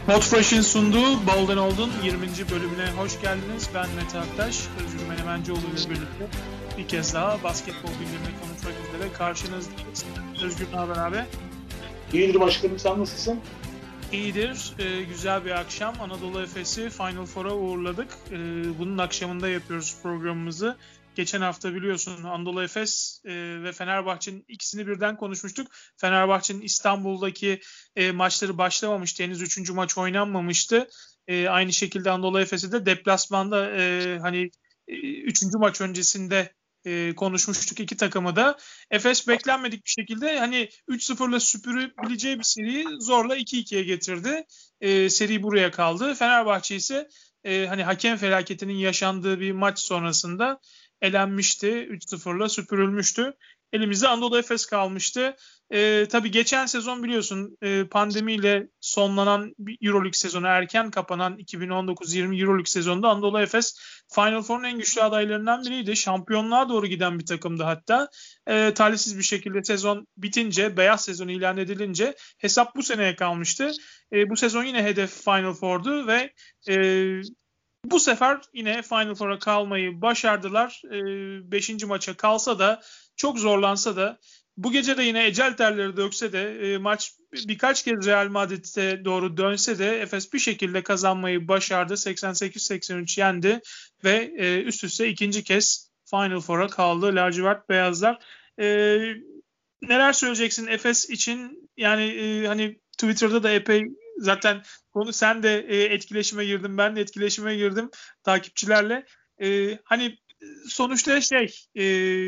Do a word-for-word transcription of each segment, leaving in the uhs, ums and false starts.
Podfresh'in sunduğu Bolden Old'un yirminci bölümüne hoş geldiniz. Ben Mete Aktaş, Özgür Menemencioğlu ile birlikte bir kez daha basketbol gündemini konuşmak üzere karşınızdayız. Özgür, ne haber abi? İyidir başkanım, sen nasılsın? İyidir, ee, güzel bir akşam. Anadolu Efes'i Final Four'a uğurladık. Ee, bunun akşamında yapıyoruz programımızı. Geçen hafta biliyorsun Anadolu Efes e, ve Fenerbahçe'nin ikisini birden konuşmuştuk. Fenerbahçe'nin İstanbul'daki e, maçları başlamamıştı. Henüz üçüncü maç oynanmamıştı. E, aynı şekilde Anadolu Efes'i de deplasmanda e, hani e, üçüncü maç öncesinde e, konuşmuştuk iki takımı da. Efes beklenmedik bir şekilde hani üç sıfırla süpürebileceği bir seriyi zorla iki ikiye getirdi. E, seri buraya kaldı. Fenerbahçe ise e, hani hakem felaketinin yaşandığı bir maç sonrasında elenmişti. üç sıfırla süpürülmüştü. Elimizde Anadolu Efes kalmıştı. Ee, tabii geçen sezon biliyorsun e, pandemiyle sonlanan bir Euroleague sezonu, erken kapanan iki bin on dokuz yirmi Euroleague sezonunda Anadolu Efes Final Four'un en güçlü adaylarından biriydi. Şampiyonluğa doğru giden bir takımdı hatta. E, talihsiz bir şekilde sezon bitince, beyaz sezon ilan edilince hesap bu seneye kalmıştı. E, bu sezon yine hedef Final Four'du ve e, bu sefer yine Final Four'a kalmayı başardılar. Ee, beşinci maça kalsa da, çok zorlansa da, bu gece de yine ecel terleri dökse de, e, maç birkaç kez Real Madrid'e doğru dönse de Efes bir şekilde kazanmayı başardı. seksen sekiz seksen üç yendi ve e, üst üste ikinci kez Final Four'a kaldı lacivert beyazlar. E, neler söyleyeceksin Efes için? Yani e, hani Twitter'da da epey zaten konu, sen de e, etkileşime girdin, ben de etkileşime girdim takipçilerle. E, hani sonuçta şey e,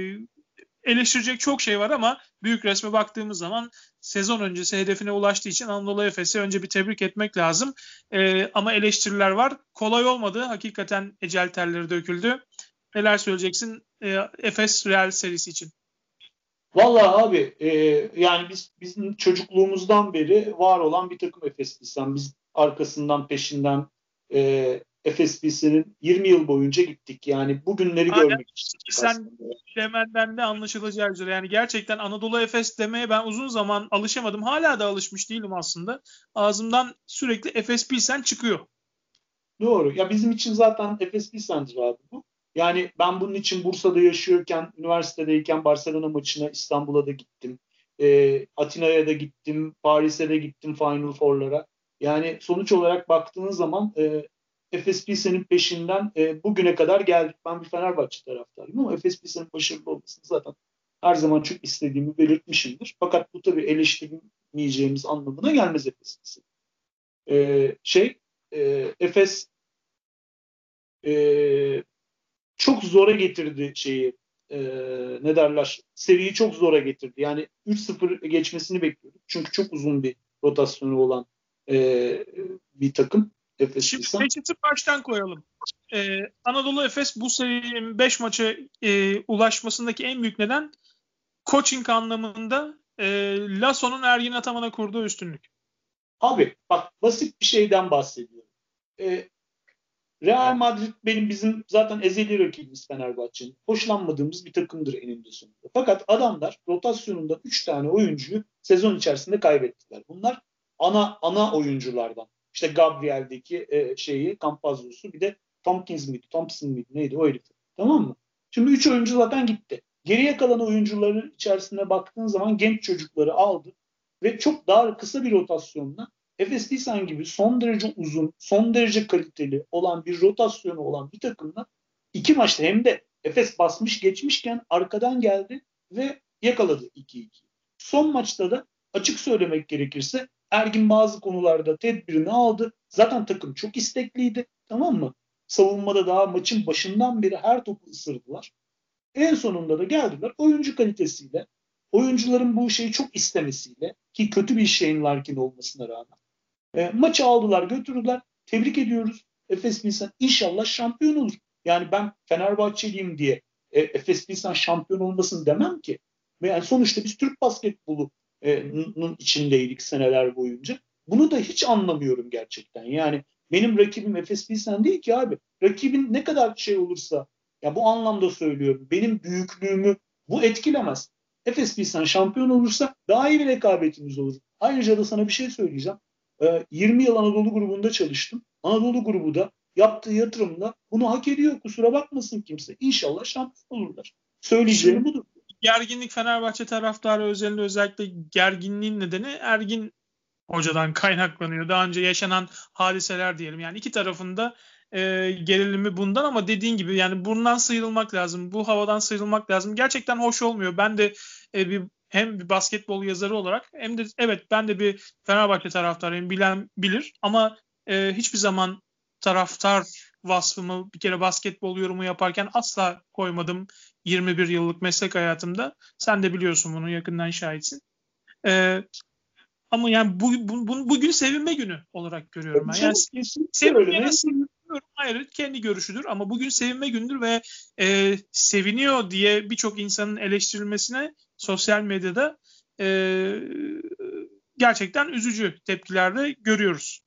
eleştirecek çok şey var ama büyük resme baktığımız zaman sezon öncesi hedefine ulaştığı için Anadolu Efes'i önce bir tebrik etmek lazım. E, ama eleştiriler var. Kolay olmadı. Hakikaten ecel terleri döküldü. Neler söyleyeceksin e, Efes Real serisi için? Vallahi abi e, yani biz bizim çocukluğumuzdan beri var olan bir takım Efes Pilsen. Biz arkasından peşinden e, Efes Pilsen'in yirmi yıl boyunca gittik. Yani bugünleri Aynen. görmek istedik Sen aslında. demenden de anlaşılacağı üzere. Yani gerçekten Anadolu Efes demeye ben uzun zaman alışamadım. Hala da alışmış değilim aslında. Ağzımdan sürekli Efes Pilsen çıkıyor. Doğru. Ya bizim için zaten Efes Pilsen'dir abi bu. Yani ben bunun için Bursa'da yaşıyorken, üniversitedeyken Barcelona maçına İstanbul'a da gittim. E, Atina'ya da gittim, Paris'e de gittim Final Four'lara. Yani sonuç olarak baktığınız zaman e, Efes Pilsen'in peşinden e, bugüne kadar geldik. Ben bir Fenerbahçe taraftarıyım ama Efes Pilsen'in başarılı olmasını zaten her zaman çok istediğimi belirtmişimdir. Fakat bu tabii eleştirmeyeceğimiz anlamına gelmez Efes Pilsen. E, şey, e, Efes e, çok zora getirdi şeyi, e, ne derler, seriyi çok zora getirdi. Yani üç sıfır geçmesini bekliyorduk. Çünkü çok uzun bir rotasyonu olan e, bir takım Efes Şimdi Pilsen. peçeti baştan koyalım. Ee, Anadolu Efes bu serinin beş maça e, ulaşmasındaki en büyük neden coaching anlamında e, Lasso'nun Ergin Ataman'a kurduğu üstünlük. Abi bak, basit bir şeyden bahsediyorum. E, Real Madrid benim bizim zaten ezeli rakibimiz Fenerbahçe'nin. Hoşlanmadığımız bir takımdır eninde sonunda. Fakat adamlar rotasyonunda üç tane oyuncuyu sezon içerisinde kaybettiler. Bunlar ana ana oyunculardan. İşte Gabriel'deki e, şeyi, Campazos'u, bir de Tompkins miydi, Thompson mıydı, neydi o herif. Tamam mı? Şimdi üç oyuncu zaten gitti. Geriye kalan oyuncuların içerisine baktığın zaman genç çocukları aldı ve çok daha kısa bir rotasyonla Efes Pilsen gibi son derece uzun, son derece kaliteli olan bir rotasyonu olan bir takımla iki maçta, hem de Efes basmış geçmişken arkadan geldi ve yakaladı iki iki. Son maçta da açık söylemek gerekirse Ergin bazı konularda tedbirini aldı. Zaten takım çok istekliydi, tamam mı? Savunmada daha maçın başından beri her topu ısırdılar. En sonunda da geldiler oyuncu kalitesiyle, oyuncuların bu şeyi çok istemesiyle, ki kötü bir şeyin Larkin olmasına rağmen E, maçı aldılar, götürdüler. Tebrik ediyoruz. Efes Pilsen inşallah şampiyon olur. Yani ben Fenerbahçeliyim diye e, Efes Pilsen şampiyon olmasın demem ki. Ve yani sonuçta biz Türk basketbolunun içindeydik seneler boyunca. Bunu da hiç anlamıyorum gerçekten. Yani benim rakibim Efes Pilsen değil ki abi. Rakibin ne kadar şey olursa, ya bu anlamda söylüyorum, benim büyüklüğümü bu etkilemez. Efes Pilsen şampiyon olursa daha iyi bir rekabetimiz olur. Ayrıca da sana bir şey söyleyeceğim. E, yirmi yıl Anadolu grubunda çalıştım. Anadolu grubu da yaptığı yatırımla bunu hak ediyor. Kusura bakmasın kimse. İnşallah şampiyon olurlar. Söyleyeceğim Şimdi budur. gerginlik Fenerbahçe taraftarı özelinde özellikle gerginliğin nedeni Ergin Hoca'dan kaynaklanıyor. Daha önce yaşanan hadiseler diyelim. Yani iki tarafında e, gerilimi bundan ama dediğin gibi yani bundan sıyrılmak lazım. Bu havadan sıyrılmak lazım. Gerçekten hoş olmuyor. Ben de e, bir hem bir basketbol yazarı olarak hem de evet ben de bir Fenerbahçe taraftarıyım. Bilen bilir ama e, hiçbir zaman taraftar vasfımı bir kere basketbol yorumu yaparken asla koymadım yirmi bir yıllık meslek hayatımda. Sen de biliyorsun bunu, yakından şahitsin. E, Ama yani bu, bu, bu- bugün sevinme günü olarak görüyorum ben. Yani Canım kesinlikle öyle. sevinmeye Ne nasıl bilmiyorum. Hayır, kendi görüşüdür ama bugün sevinme gündür ve e, seviniyor diye birçok insanın eleştirilmesine sosyal medyada e, gerçekten üzücü tepkilerde görüyoruz.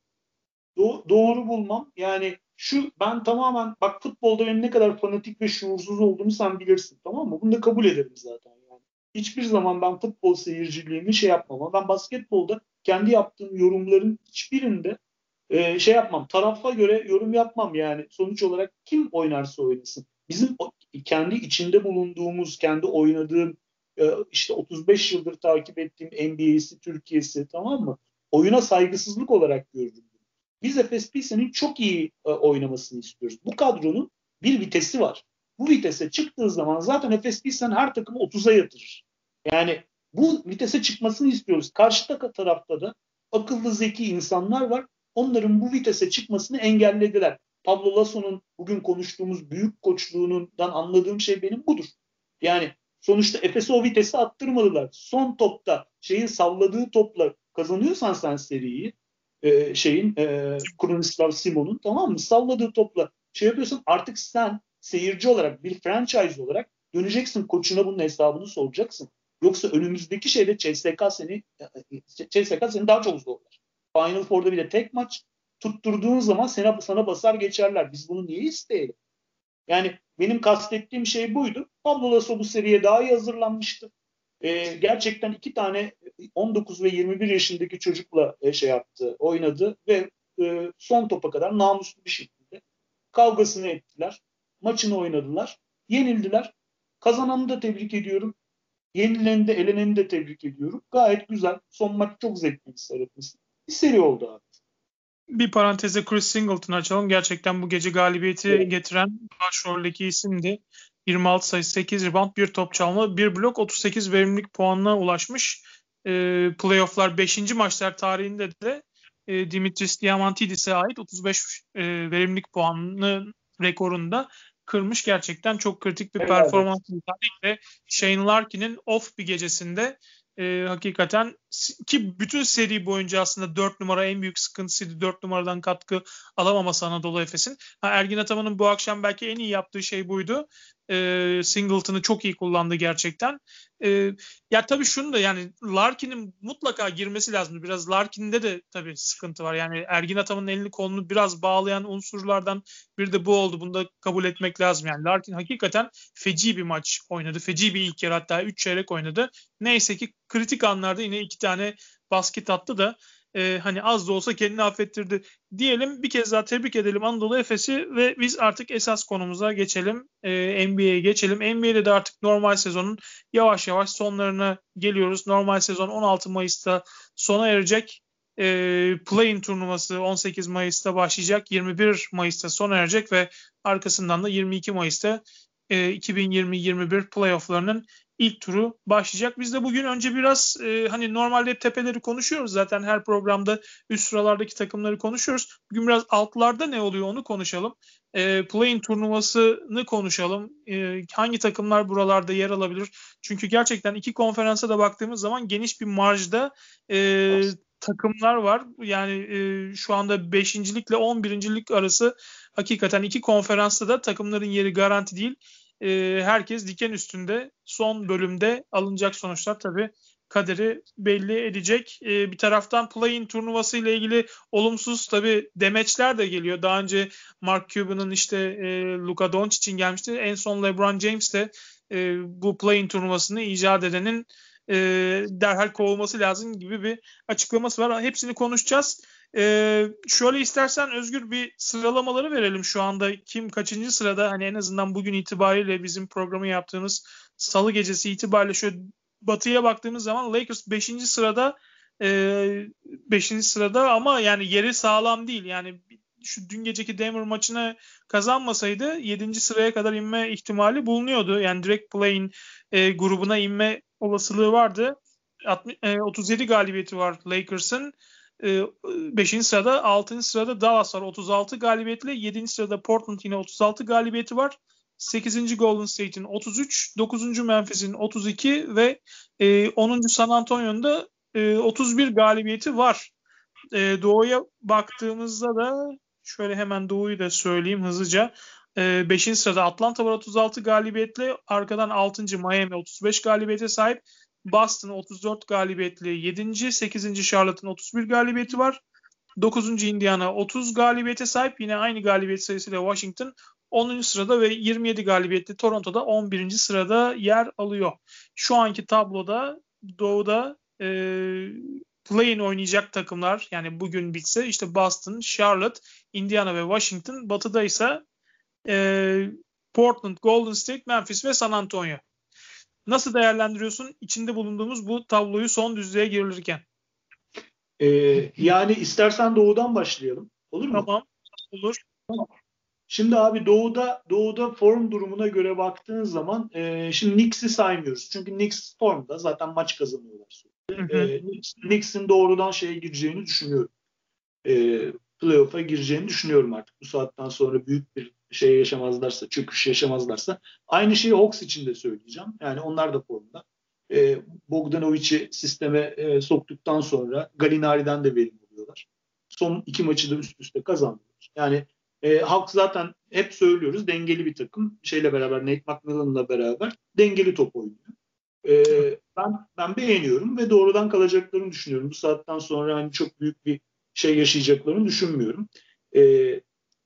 Do- doğru bulmam. Yani şu ben tamamen bak futbolda benim ne kadar fanatik ve şuursuz olduğumu sen bilirsin, tamam mı? Bunu da kabul ederim zaten yani. Hiçbir zaman ben futbol seyirciliğimi şey yapmam ama ben basketbolda kendi yaptığım yorumların hiçbirinde e, şey yapmam. Tarafa göre yorum yapmam yani. Sonuç olarak kim oynarsa oynasın. Bizim o- kendi içinde bulunduğumuz, kendi oynadığım e, işte otuz beş yıldır takip ettiğim N B A'si, Türkiye'si, tamam mı? Oyuna saygısızlık olarak gördüm. Biz Efes Pilsen'in çok iyi e, oynamasını istiyoruz. Bu kadronun bir vitesi var. Bu vitese çıktığı zaman zaten Efes Pilsen her takımı otuza yatırır. Yani bu vitese çıkmasını istiyoruz. Karşı tarafta da akıllı, zeki insanlar var. Onların bu vitese çıkmasını engellediler. Pablo Lasso'nun bugün konuştuğumuz büyük koçluğundan anladığım şey benim budur. Yani sonuçta Efes'e o vitesi attırmadılar. Son topta şeyin salladığı topla kazanıyorsan sen seriyi, e, şeyin e, Kronislav Simon'un, tamam mı? Salladığı topla şey yapıyorsun, artık sen seyirci olarak bir franchise olarak döneceksin, koçuna bunun hesabını soracaksın. Yoksa önümüzdeki şeyde C S K seni C S K seni daha çok zorlar. Final Four'da bile tek maç tutturduğun zaman sana, sana basar geçerler. Biz bunu niye isteyelim? Yani benim kastettiğim şey buydu. Pablo Lasso bu seriye daha iyi hazırlanmıştı. Ee, gerçekten iki tane on dokuz ve yirmi bir yaşındaki çocukla şey yaptı, oynadı ve e, son topa kadar namuslu bir şekilde kavgasını ettiler. Maçını oynadılar. Yenildiler. Kazananı da tebrik ediyorum. Yenileni de eleneni de tebrik ediyorum. Gayet güzel. Son maç çok zevkli seyretmesi. Bir seri oldu abi. Bir paranteze Chris Singleton açalım. Gerçekten bu gece galibiyeti Evet. getiren başroldeki isimdi. yirmi altı sayı, sekiz rebound, bir top çalma, bir blok, otuz sekiz verimlilik puanına ulaşmış. E, playoff'lar beşinci maçlar tarihinde de e, Dimitris Diamantidis'e ait otuz beş e, verimlilik puanını rekorunda kırmış. Gerçekten çok kritik bir Helal performans. olsun. Özellikle Shane Larkin'in off bir gecesinde e, hakikaten ki bütün seri boyunca aslında dört numara en büyük sıkıntısıydı. dört numaradan katkı alamaması Anadolu Efes'in. Ha, Ergin Ataman'ın bu akşam belki en iyi yaptığı şey buydu. E, Singleton'ı çok iyi kullandı gerçekten. E, ya tabii şunu da yani Larkin'in mutlaka girmesi lazım. Biraz Larkin'de de tabii sıkıntı var. Yani Ergin Ataman'ın elini kolunu biraz bağlayan unsurlardan bir de bu oldu. Bunu da kabul etmek lazım. Yani Larkin hakikaten feci bir maç oynadı. Feci bir ilk yarı, hatta üç çeyrek oynadı. Neyse ki kritik anlarda yine iki tane basket attı da e, hani az da olsa kendini affettirdi diyelim. Bir kez daha tebrik edelim Anadolu Efes'i ve biz artık esas konumuza geçelim. E, N B A'ye geçelim. N B A'de de artık normal sezonun yavaş yavaş sonlarına geliyoruz. Normal sezon on altı Mayıs'ta sona erecek. E, Play-in turnuvası on sekiz Mayıs'ta başlayacak. yirmi bir Mayıs'ta sona erecek ve arkasından da yirmi iki Mayıs'ta e, iki bin yirmi yirmi bir playoff'larının ilk turu başlayacak. Biz de bugün önce biraz e, hani normalde hep tepeleri konuşuyoruz. Zaten her programda üst sıralardaki takımları konuşuyoruz. Bugün biraz altlarda ne oluyor onu konuşalım. E, Play-in turnuvasını konuşalım. E, hangi takımlar buralarda yer alabilir? Çünkü gerçekten iki konferansa da baktığımız zaman geniş bir marjda e, takımlar var. Yani e, şu anda beşincilikle on birincilik arası hakikaten iki konferansta da takımların yeri garanti değil. E, herkes diken üstünde. Son bölümde alınacak sonuçlar tabii kaderi belli edecek. E, bir taraftan play-in turnuvası ile ilgili olumsuz tabii demeçler de geliyor. Daha önce Mark Cuban'ın işte e, Luka Doncic'in gelmişti. En son LeBron James de e, bu play-in turnuvasını icat edenin e, derhal kovulması lazım gibi bir açıklaması var. Hepsini konuşacağız. Ee, şöyle istersen Özgür bir sıralamaları verelim şu anda. Kim kaçıncı sırada? Hani en azından bugün itibariyle bizim programı yaptığımız Salı gecesi itibariyle şöyle batıya baktığımız zaman Lakers beşinci sırada e, beşinci sırada ama yani yeri sağlam değil. Yani şu dün geceki Denver maçını kazanmasaydı yedinci sıraya kadar inme ihtimali bulunuyordu. Yani direkt play-in e, grubuna inme olasılığı vardı. altmış, e, otuz yedi galibiyeti var Lakers'ın. beşinci sırada, altıncı sırada Dallas var otuz altı galibiyetle. yedinci sırada Portland yine otuz altı galibiyeti var. sekizinci Golden State'in otuz üç, dokuzuncu Memphis'in otuz iki ve e, onuncu San Antonio'nun da e, otuz bir galibiyeti var. E, Doğu'ya baktığımızda da şöyle hemen Doğu'yu da söyleyeyim hızlıca. E, beşinci sırada Atlanta var otuz altı galibiyetle. Arkadan altıncı Miami otuz beş galibiyete sahip. Boston otuz dört galibiyetli yedinci sekizinci Charlotte'ın otuz bir galibiyeti var. dokuzuncu Indiana otuz galibiyete sahip. Yine aynı galibiyet sayısıyla Washington onuncu sırada ve yirmi yedi galibiyetli Toronto'da on birinci sırada yer alıyor. Şu anki tabloda Doğu'da e, play-in oynayacak takımlar yani bugün bitse işte Boston, Charlotte, Indiana ve Washington. Batı'da ise e, Portland, Golden State, Memphis ve San Antonio. Nasıl değerlendiriyorsun içinde bulunduğumuz bu tabloyu son düzlüğe girilirken? Ee, yani istersen Doğu'dan başlayalım. Olur mu? Tamam. Olur. Tamam. Şimdi abi Doğu'da Doğu'da form durumuna göre baktığın zaman e, şimdi Knicks'i saymıyoruz. Çünkü Knicks formda zaten maç kazanıyorlar. E, Knicks'in doğrudan şeye gireceğini düşünüyorum. E, playoff'a gireceğini düşünüyorum artık. Bu saatten sonra büyük bir şey yaşamazlarsa, çöküş yaşamazlarsa. Aynı şeyi Hawks için de söyleyeceğim. Yani onlar da formda. E, Bogdanovic'i sisteme e, soktuktan sonra Gallinari'den de verim alıyorlar. Son iki maçı da üst üste kazandılar. Yani e, Hawks zaten hep söylüyoruz dengeli bir takım. Şeyle beraber, Nate McMillan'la beraber dengeli top oynuyor. E, ben ben beğeniyorum ve doğrudan kalacaklarını düşünüyorum. Bu saatten sonra hani çok büyük bir şey yaşayacaklarını düşünmüyorum. Ee,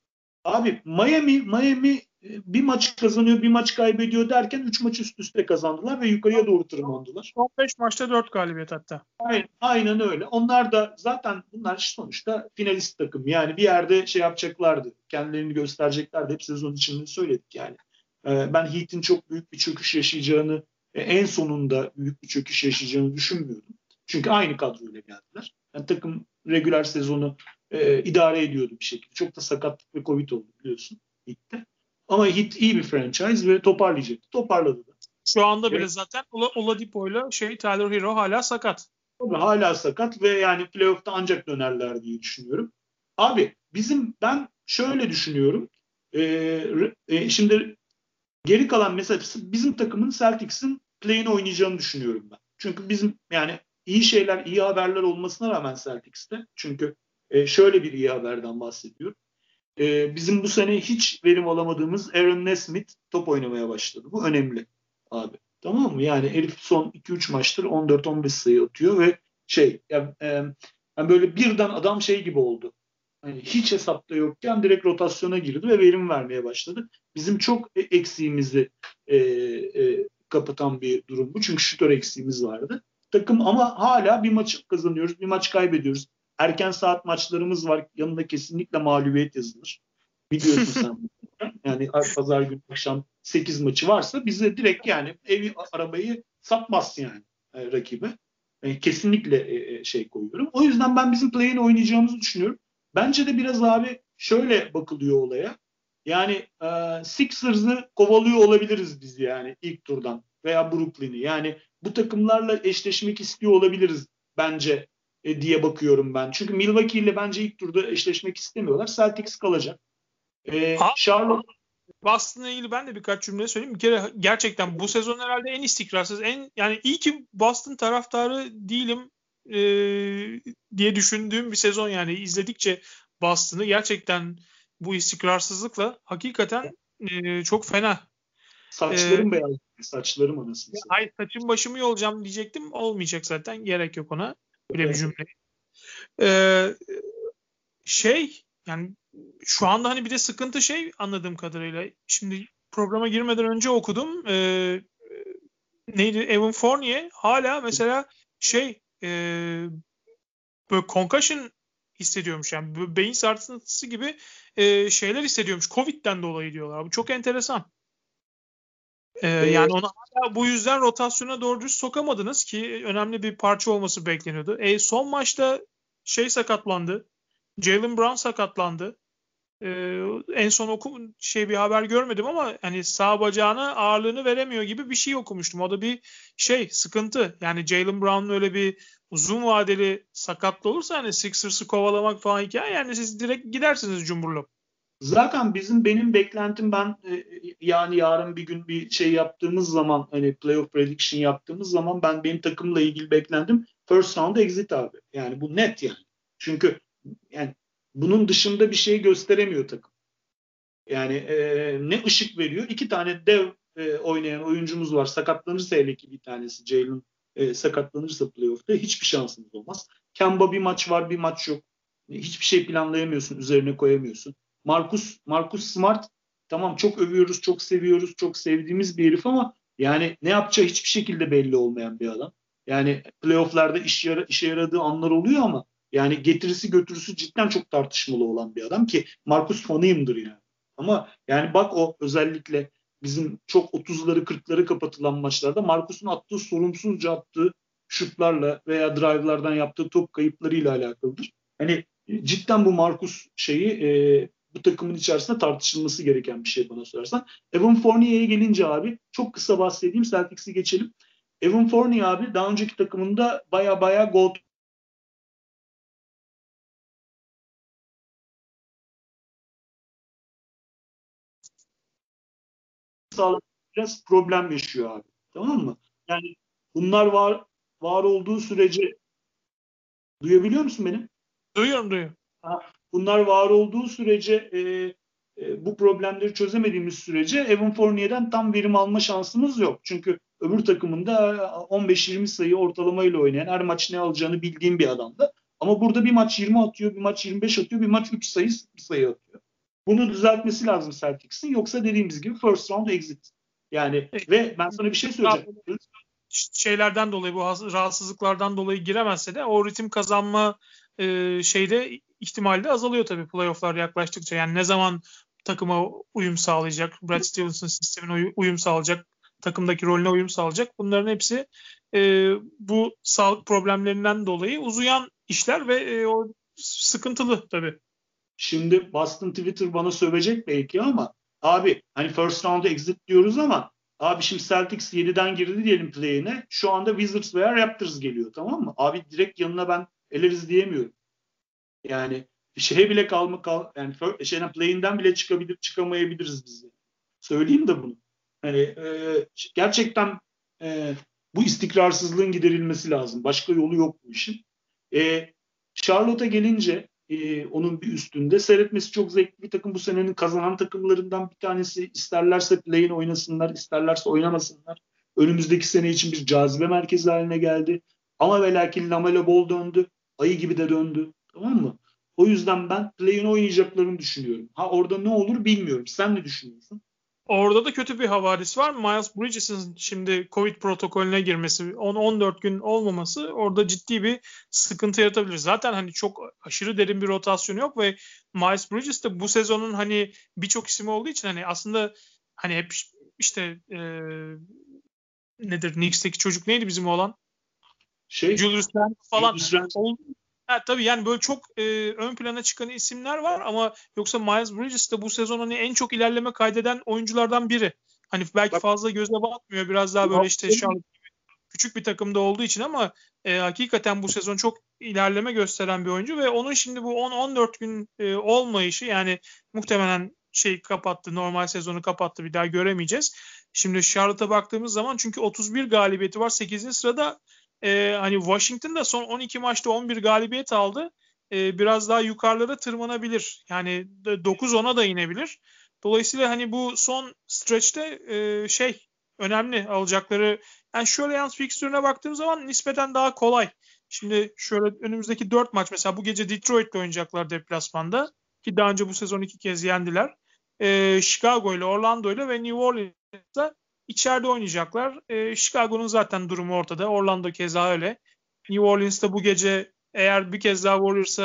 abi Miami Miami bir maç kazanıyor, bir maç kaybediyor derken üç maç üst üste kazandılar ve yukarıya doğru tırmandılar. on beş maçta dört galibiyet hatta. Aynen, aynen öyle. Onlar da zaten bunlar sonuçta finalist takım. Yani bir yerde şey yapacaklardı. Kendilerini göstereceklerdi. Hep sezon içinde söyledik yani. Ee, ben Heat'in çok büyük bir çöküş yaşayacağını, en sonunda büyük bir çöküş yaşayacağını düşünmüyordum. Çünkü aynı kadroyla geldiler. Yani takım regüler sezonu e, idare ediyordu bir şekilde. Çok da sakatlık ve Covid oldu biliyorsun Heat'te. Ama Heat iyi bir franchise ve toparlayacaktı. Toparladı da. Şu anda bile evet. Zaten Oladipo'yla şey Tyler Hero hala sakat. Hala sakat ve yani playoff'ta ancak dönerler diye düşünüyorum. Abi bizim ben şöyle düşünüyorum. E, e, şimdi geri kalan mesela bizim takımın Celtics'in play-in oynayacağını düşünüyorum ben. Çünkü bizim yani iyi şeyler, iyi haberler olmasına rağmen Celtics'te. Çünkü e, şöyle bir iyi haberden bahsediyorum. E, bizim bu sene hiç verim alamadığımız Aaron Nesmith top oynamaya başladı. Bu önemli abi. Tamam mı? Yani herif son iki üç maçtır on dört on beş sayı atıyor ve şey yani, e, yani böyle birden adam şey gibi oldu. Yani hiç hesapta yokken direkt rotasyona girdi ve verim vermeye başladı. Bizim çok eksiğimizi e, e, kapatan bir durum bu. Çünkü şutör eksiğimiz vardı. Takım ama hala bir maç kazanıyoruz, bir maç kaybediyoruz. Erken saat maçlarımız var. Yanında kesinlikle mağlubiyet yazılır. Biliyorsun sen. Yani pazar günü akşam sekiz maçı varsa bize direkt yani evi arabayı satmaz yani e, rakibe. E, kesinlikle e, şey koyuyorum. O yüzden ben bizim play-in oynayacağımızı düşünüyorum. Bence de biraz abi şöyle bakılıyor olaya. Yani e, Sixers'ı kovalıyor olabiliriz biz yani ilk turdan veya Brooklyn'i. Yani bu takımlarla eşleşmek istiyor olabiliriz bence e, diye bakıyorum ben. Çünkü Milwaukee ile bence ilk turda eşleşmek istemiyorlar. Celtics kalacak. E, Charlotte Boston'la ilgili ben de birkaç cümle söyleyeyim. Bir kere gerçekten bu sezon herhalde en istikrarsız, en yani iyi ki Boston taraftarı değilim e, diye düşündüğüm bir sezon yani izledikçe Boston'ı gerçekten bu istikrarsızlıkla hakikaten e, çok fena. Saçlarım ee, beyaz, saçlarım anasını. Hayır, saçım başımı yolacağım diyecektim. Olmayacak zaten. Gerek yok ona. Öyle evet. Bir cümle. Ee, şey yani şu anda hani bir de sıkıntı şey anladığım kadarıyla. Şimdi programa girmeden önce okudum. Ee, neydi? Evan Fournier hala mesela şey e, böyle concussion hissediyormuş. Yani beyin sarsıntısı gibi e, şeyler hissediyormuş. Covid'den dolayı diyorlar. Bu çok enteresan. E, yani onu hala bu yüzden rotasyona doğru düz sokamadınız ki önemli bir parça olması bekleniyordu. E, son maçta şey sakatlandı. Jaylen Brown sakatlandı. Ee, en son oku şey bir haber görmedim ama hani sağ bacağına ağırlığını veremiyor gibi bir şey okumuştum. O da bir şey sıkıntı. Yani Jaylen Brown'un öyle bir uzun vadeli sakatlı olursa hani Sixers'ı kovalamak falan hikaye yani siz direkt gidersiniz cumburlop. Zaten bizim benim beklentim ben e, yani yarın bir gün bir şey yaptığımız zaman hani playoff prediction yaptığımız zaman ben benim takımla ilgili beklentim first round exit abi. Yani bu net yani. Çünkü yani bunun dışında bir şey gösteremiyor takım. Yani e, ne ışık veriyor. İki tane dev e, oynayan oyuncumuz var. Sakatlanırsa hele ki bir tanesi Jalen e, sakatlanırsa playoff'ta hiçbir şansımız olmaz. Kemba bir maç var bir maç yok. Hiçbir şey planlayamıyorsun. Üzerine koyamıyorsun. Marcus, Marcus Smart tamam çok övüyoruz, çok seviyoruz, çok sevdiğimiz bir herif ama yani ne yapacağı hiçbir şekilde belli olmayan bir adam. Yani playoff'larda iş yara, işe yaradığı anlar oluyor ama yani getirisi götürüsü cidden çok tartışmalı olan bir adam ki Marcus fanıyımdır yani. Ama yani bak o özellikle bizim çok otuzları kırkları kapatılan maçlarda Marcus'un attığı sorumsuzca attığı şutlarla veya drive'lardan yaptığı top kayıplarıyla alakalıdır. Hani cidden bu Marcus şeyi e, bu takımın içerisinde tartışılması gereken bir şey bana sorarsan. Evan Fournier'e gelince abi çok kısa bahsedeyim Celtics'i geçelim. Evan Fournier abi daha önceki takımında baya baya gol sağlamak biraz problem yaşıyor abi. Tamam mı? Yani bunlar var var olduğu sürece duyabiliyor musun beni? Duyuyorum duyuyorum. Ha, bunlar var olduğu sürece e, e, bu problemleri çözemediğimiz sürece Evan Fournier'den tam verim alma şansımız yok. Çünkü öbür takımında on beş yirmi sayı ortalamayla oynayan her maç ne alacağını bildiğim bir adamdı. Ama burada bir maç yirmi atıyor, bir maç yirmi beş atıyor, bir maç üç sayı bir sayı atıyor. Bunu düzeltmesi lazım Celtics'in. Yoksa dediğimiz gibi first round exit. Yani E, ve ben sana bir şey söyleyeceğim. şeylerden dolayı bu rahatsızlıklardan dolayı giremezse de o ritim kazanma e, şeyde ihtimali de azalıyor tabii playoff'lar yaklaştıkça. Yani ne zaman takıma uyum sağlayacak, Brad Stevens'ın sistemine uyum sağlayacak, takımdaki rolüne uyum sağlayacak. Bunların hepsi e, bu sağlık problemlerinden dolayı uzayan işler ve e, o sıkıntılı tabii. Şimdi Boston Twitter bana sövecek belki ama abi hani first round exit diyoruz ama abi şimdi Celtics yediden girdi diyelim play'ine. Şu anda Wizards veya Raptors geliyor tamam mı? Abi direkt yanına ben eleriz diyemiyorum. Yani şeye bile kalma kal yani şeyden play'inden bile çıkabilir çıkamayabiliriz biz. Söyleyeyim de bunu. Hani e, gerçekten e, bu istikrarsızlığın giderilmesi lazım. Başka yolu yok bu işin. E, Charlotte'a gelince e, onun bir üstünde seyretmesi çok zevkli bir takım. Bu senenin kazanan takımlarından bir tanesi. İsterlerse play-in oynasınlar, isterlerse oynamasınlar. Önümüzdeki sene için bir cazibe merkezi haline geldi. Ama ve lakin Lamelo Ball döndü. Ayı gibi de döndü. Tamam mı? O yüzden ben play-in oynayacaklarını düşünüyorum. Ha orada ne olur bilmiyorum. Sen ne düşünüyorsun? Orada da kötü bir havadis var. Miles Bridges'in şimdi Covid protokolüne girmesi, on on dört gün olmaması orada ciddi bir sıkıntı yaratabilir. Zaten hani çok aşırı derin bir rotasyon yok ve Miles Bridges de bu sezonun hani birçok ismi olduğu için hani aslında hani hep işte e, nedir Knicks'teki çocuk neydi bizim olan? Şey, Julius Randle falan Julius Randle. oldu. Ha, tabii yani böyle çok e, ön plana çıkan isimler var ama yoksa Miles Bridges de bu sezon hani en çok ilerleme kaydeden oyunculardan biri. Hani belki Bak, fazla göze batmıyor. Biraz daha böyle işte Charlotte küçük bir takımda olduğu için ama e, hakikaten bu sezon çok ilerleme gösteren bir oyuncu ve onun şimdi bu on on dört gün e, olmayışı yani muhtemelen şey kapattı, normal sezonu kapattı, bir daha göremeyeceğiz. Şimdi Charlotte'a baktığımız zaman çünkü otuz bir galibiyeti var. sekizinci sırada e, hani Washington da son on iki maçta on bir galibiyet aldı. E, biraz daha yukarılara tırmanabilir. Yani dokuz ona da inebilir. Dolayısıyla hani bu son stretch'te e, şey önemli alacakları. Yani şöyle yalnız fikstürüne baktığım zaman nispeten daha kolay. Şimdi şöyle önümüzdeki dört maç mesela bu gece Detroit'le oynayacaklar deplasmanda. Ki daha önce bu sezon iki kez yendiler. Ee, Chicago ile Orlando ile ve New Orleans'da içeride oynayacaklar. Ee, Chicago'nun zaten durumu ortada. Orlando keza öyle. New Orleans'ta bu gece eğer bir kez daha Warriors'a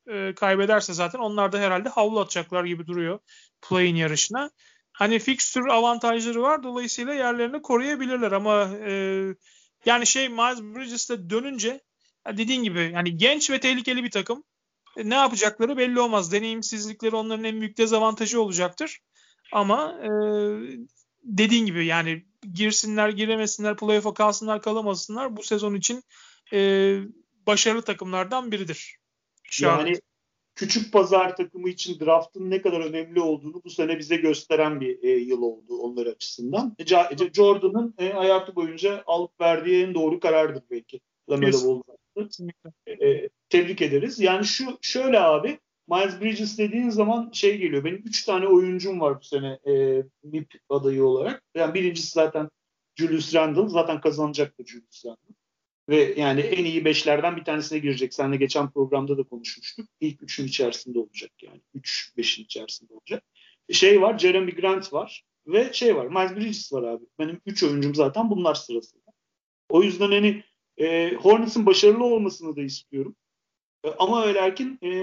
e, kaybederse zaten onlar da herhalde havlu atacaklar gibi duruyor play-in yarışına. Hani fixture avantajları var. Dolayısıyla yerlerini koruyabilirler ama e, yani şey Miles Bridges'te dönünce dediğin gibi yani genç ve tehlikeli bir takım. E, ne yapacakları belli olmaz. Deneyimsizlikleri onların en büyük dezavantajı olacaktır. Ama e, dediğin gibi yani girsinler giremesinler, playoff'a kalsınlar kalamasınlar bu sezon için e, başarılı takımlardan biridir Charlotte. Yani küçük pazar takımı için draftın ne kadar önemli olduğunu bu sene bize gösteren bir e, yıl oldu onlar açısından. E, Jordan'ın e, hayatı boyunca alıp verdiği en doğru karardır belki. LaMelo Ball'da. E, tebrik ederiz. Yani şu şöyle abi, Miles Bridges dediğin zaman şey geliyor. Benim üç tane oyuncum var bu sene e, M I P adayı olarak. Yani birincisi zaten Julius Randle. Zaten kazanacaktı Julius Randle. Ve yani en iyi beşlerden bir tanesine girecek. Seninle geçen programda da konuşmuştuk. İlk üçün içerisinde olacak yani. Üç, beşin içerisinde olacak. Şey var, Jeremy Grant var. Ve şey var, Miles Bridges var abi. Benim üç oyuncum zaten bunlar sırasında. O yüzden hani e, Hornets'ın başarılı olmasını da istiyorum. E, ama ve lakin e,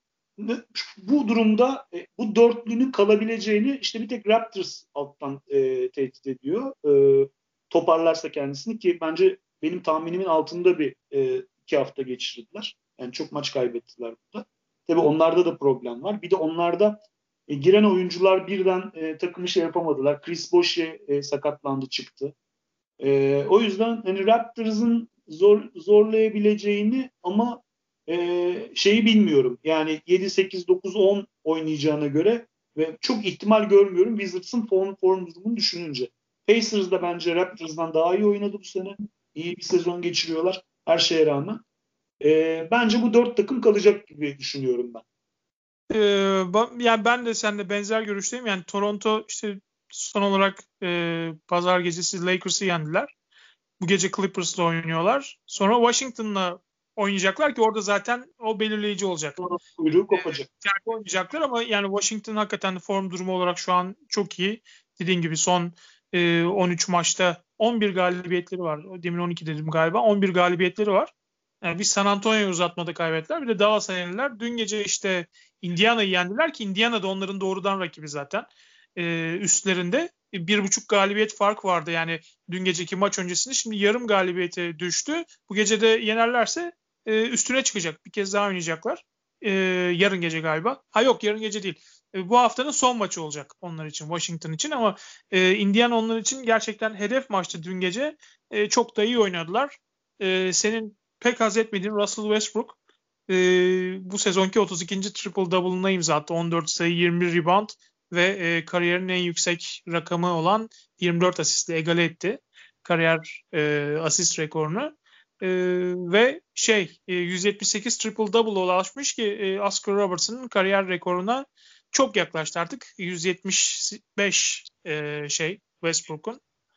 bu durumda e, bu dörtlünün kalabileceğini işte bir tek Raptors alttan e, tehdit ediyor. E, toparlarsa kendisini ki bence benim tahminimin altında bir e, iki hafta geçirdiler. Yani çok maç kaybettiler burada. Tabii onlarda da problem var. Bir de onlarda e, giren oyuncular birden e, takımı şey yapamadılar. Chris Bosh'e e, sakatlandı çıktı. E, o yüzden hani Raptors'ın zor, zorlayabileceğini ama e, şeyi bilmiyorum. Yani yedi, sekiz, dokuz, on oynayacağına göre ve çok ihtimal görmüyorum Wizards'ın form, form durumunu düşününce. Pacers da bence Raptors'dan daha iyi oynadı bu sene. İyi bir sezon geçiriyorlar her şeye rağmen. E, bence bu dört takım kalacak gibi düşünüyorum ben. Ee, yani ben de seninle benzer görüşteyim. Yani Toronto işte son olarak e, pazar gecesi Lakers'ı yendiler. Bu gece Clippers'la oynuyorlar. Sonra Washington'la oynayacaklar ki orada zaten o belirleyici olacak. Sonra kuyruğu kopacak. Ee, oynayacaklar ama yani Washington hakikaten form durumu olarak şu an çok iyi. Dediğin gibi son e, on üç maçta on bir galibiyetleri var. Demin on iki dedim galiba. on bir galibiyetleri var. Yani biz San Antonio'yu uzatmada kaybettiler. Bir de Dallas'a yendiler. Dün gece işte Indiana'yı yendiler ki Indiana da onların doğrudan rakibi zaten. Ee, üstlerinde bir buçuk galibiyet fark vardı. Yani dün geceki maç öncesinde şimdi yarım galibiyete düştü. Bu gece de yenerlerse e, üstüne çıkacak. Bir kez daha oynayacaklar. E, yarın gece galiba. Ha yok yarın gece değil. E, bu haftanın son maçı olacak onlar için, Washington için ama e, Indiana onlar için gerçekten hedef maçtı dün gece. E, çok da iyi oynadılar. E, senin pek haz etmediğin Russell Westbrook e, bu sezonki otuz ikinci triple double'ına imza attı. on dört sayı, yirmi bir rebound ve e, kariyerin en yüksek rakamı olan yirmi dört asistle egale etti. Kariyer e, asist rekorunu. E, ve şey e, yüz yetmiş sekiz triple double'a ulaşmış ki e, Oscar Robertson'ın kariyer rekoruna çok yaklaştı artık. yüz yetmiş beş e, şey Westbrook'un.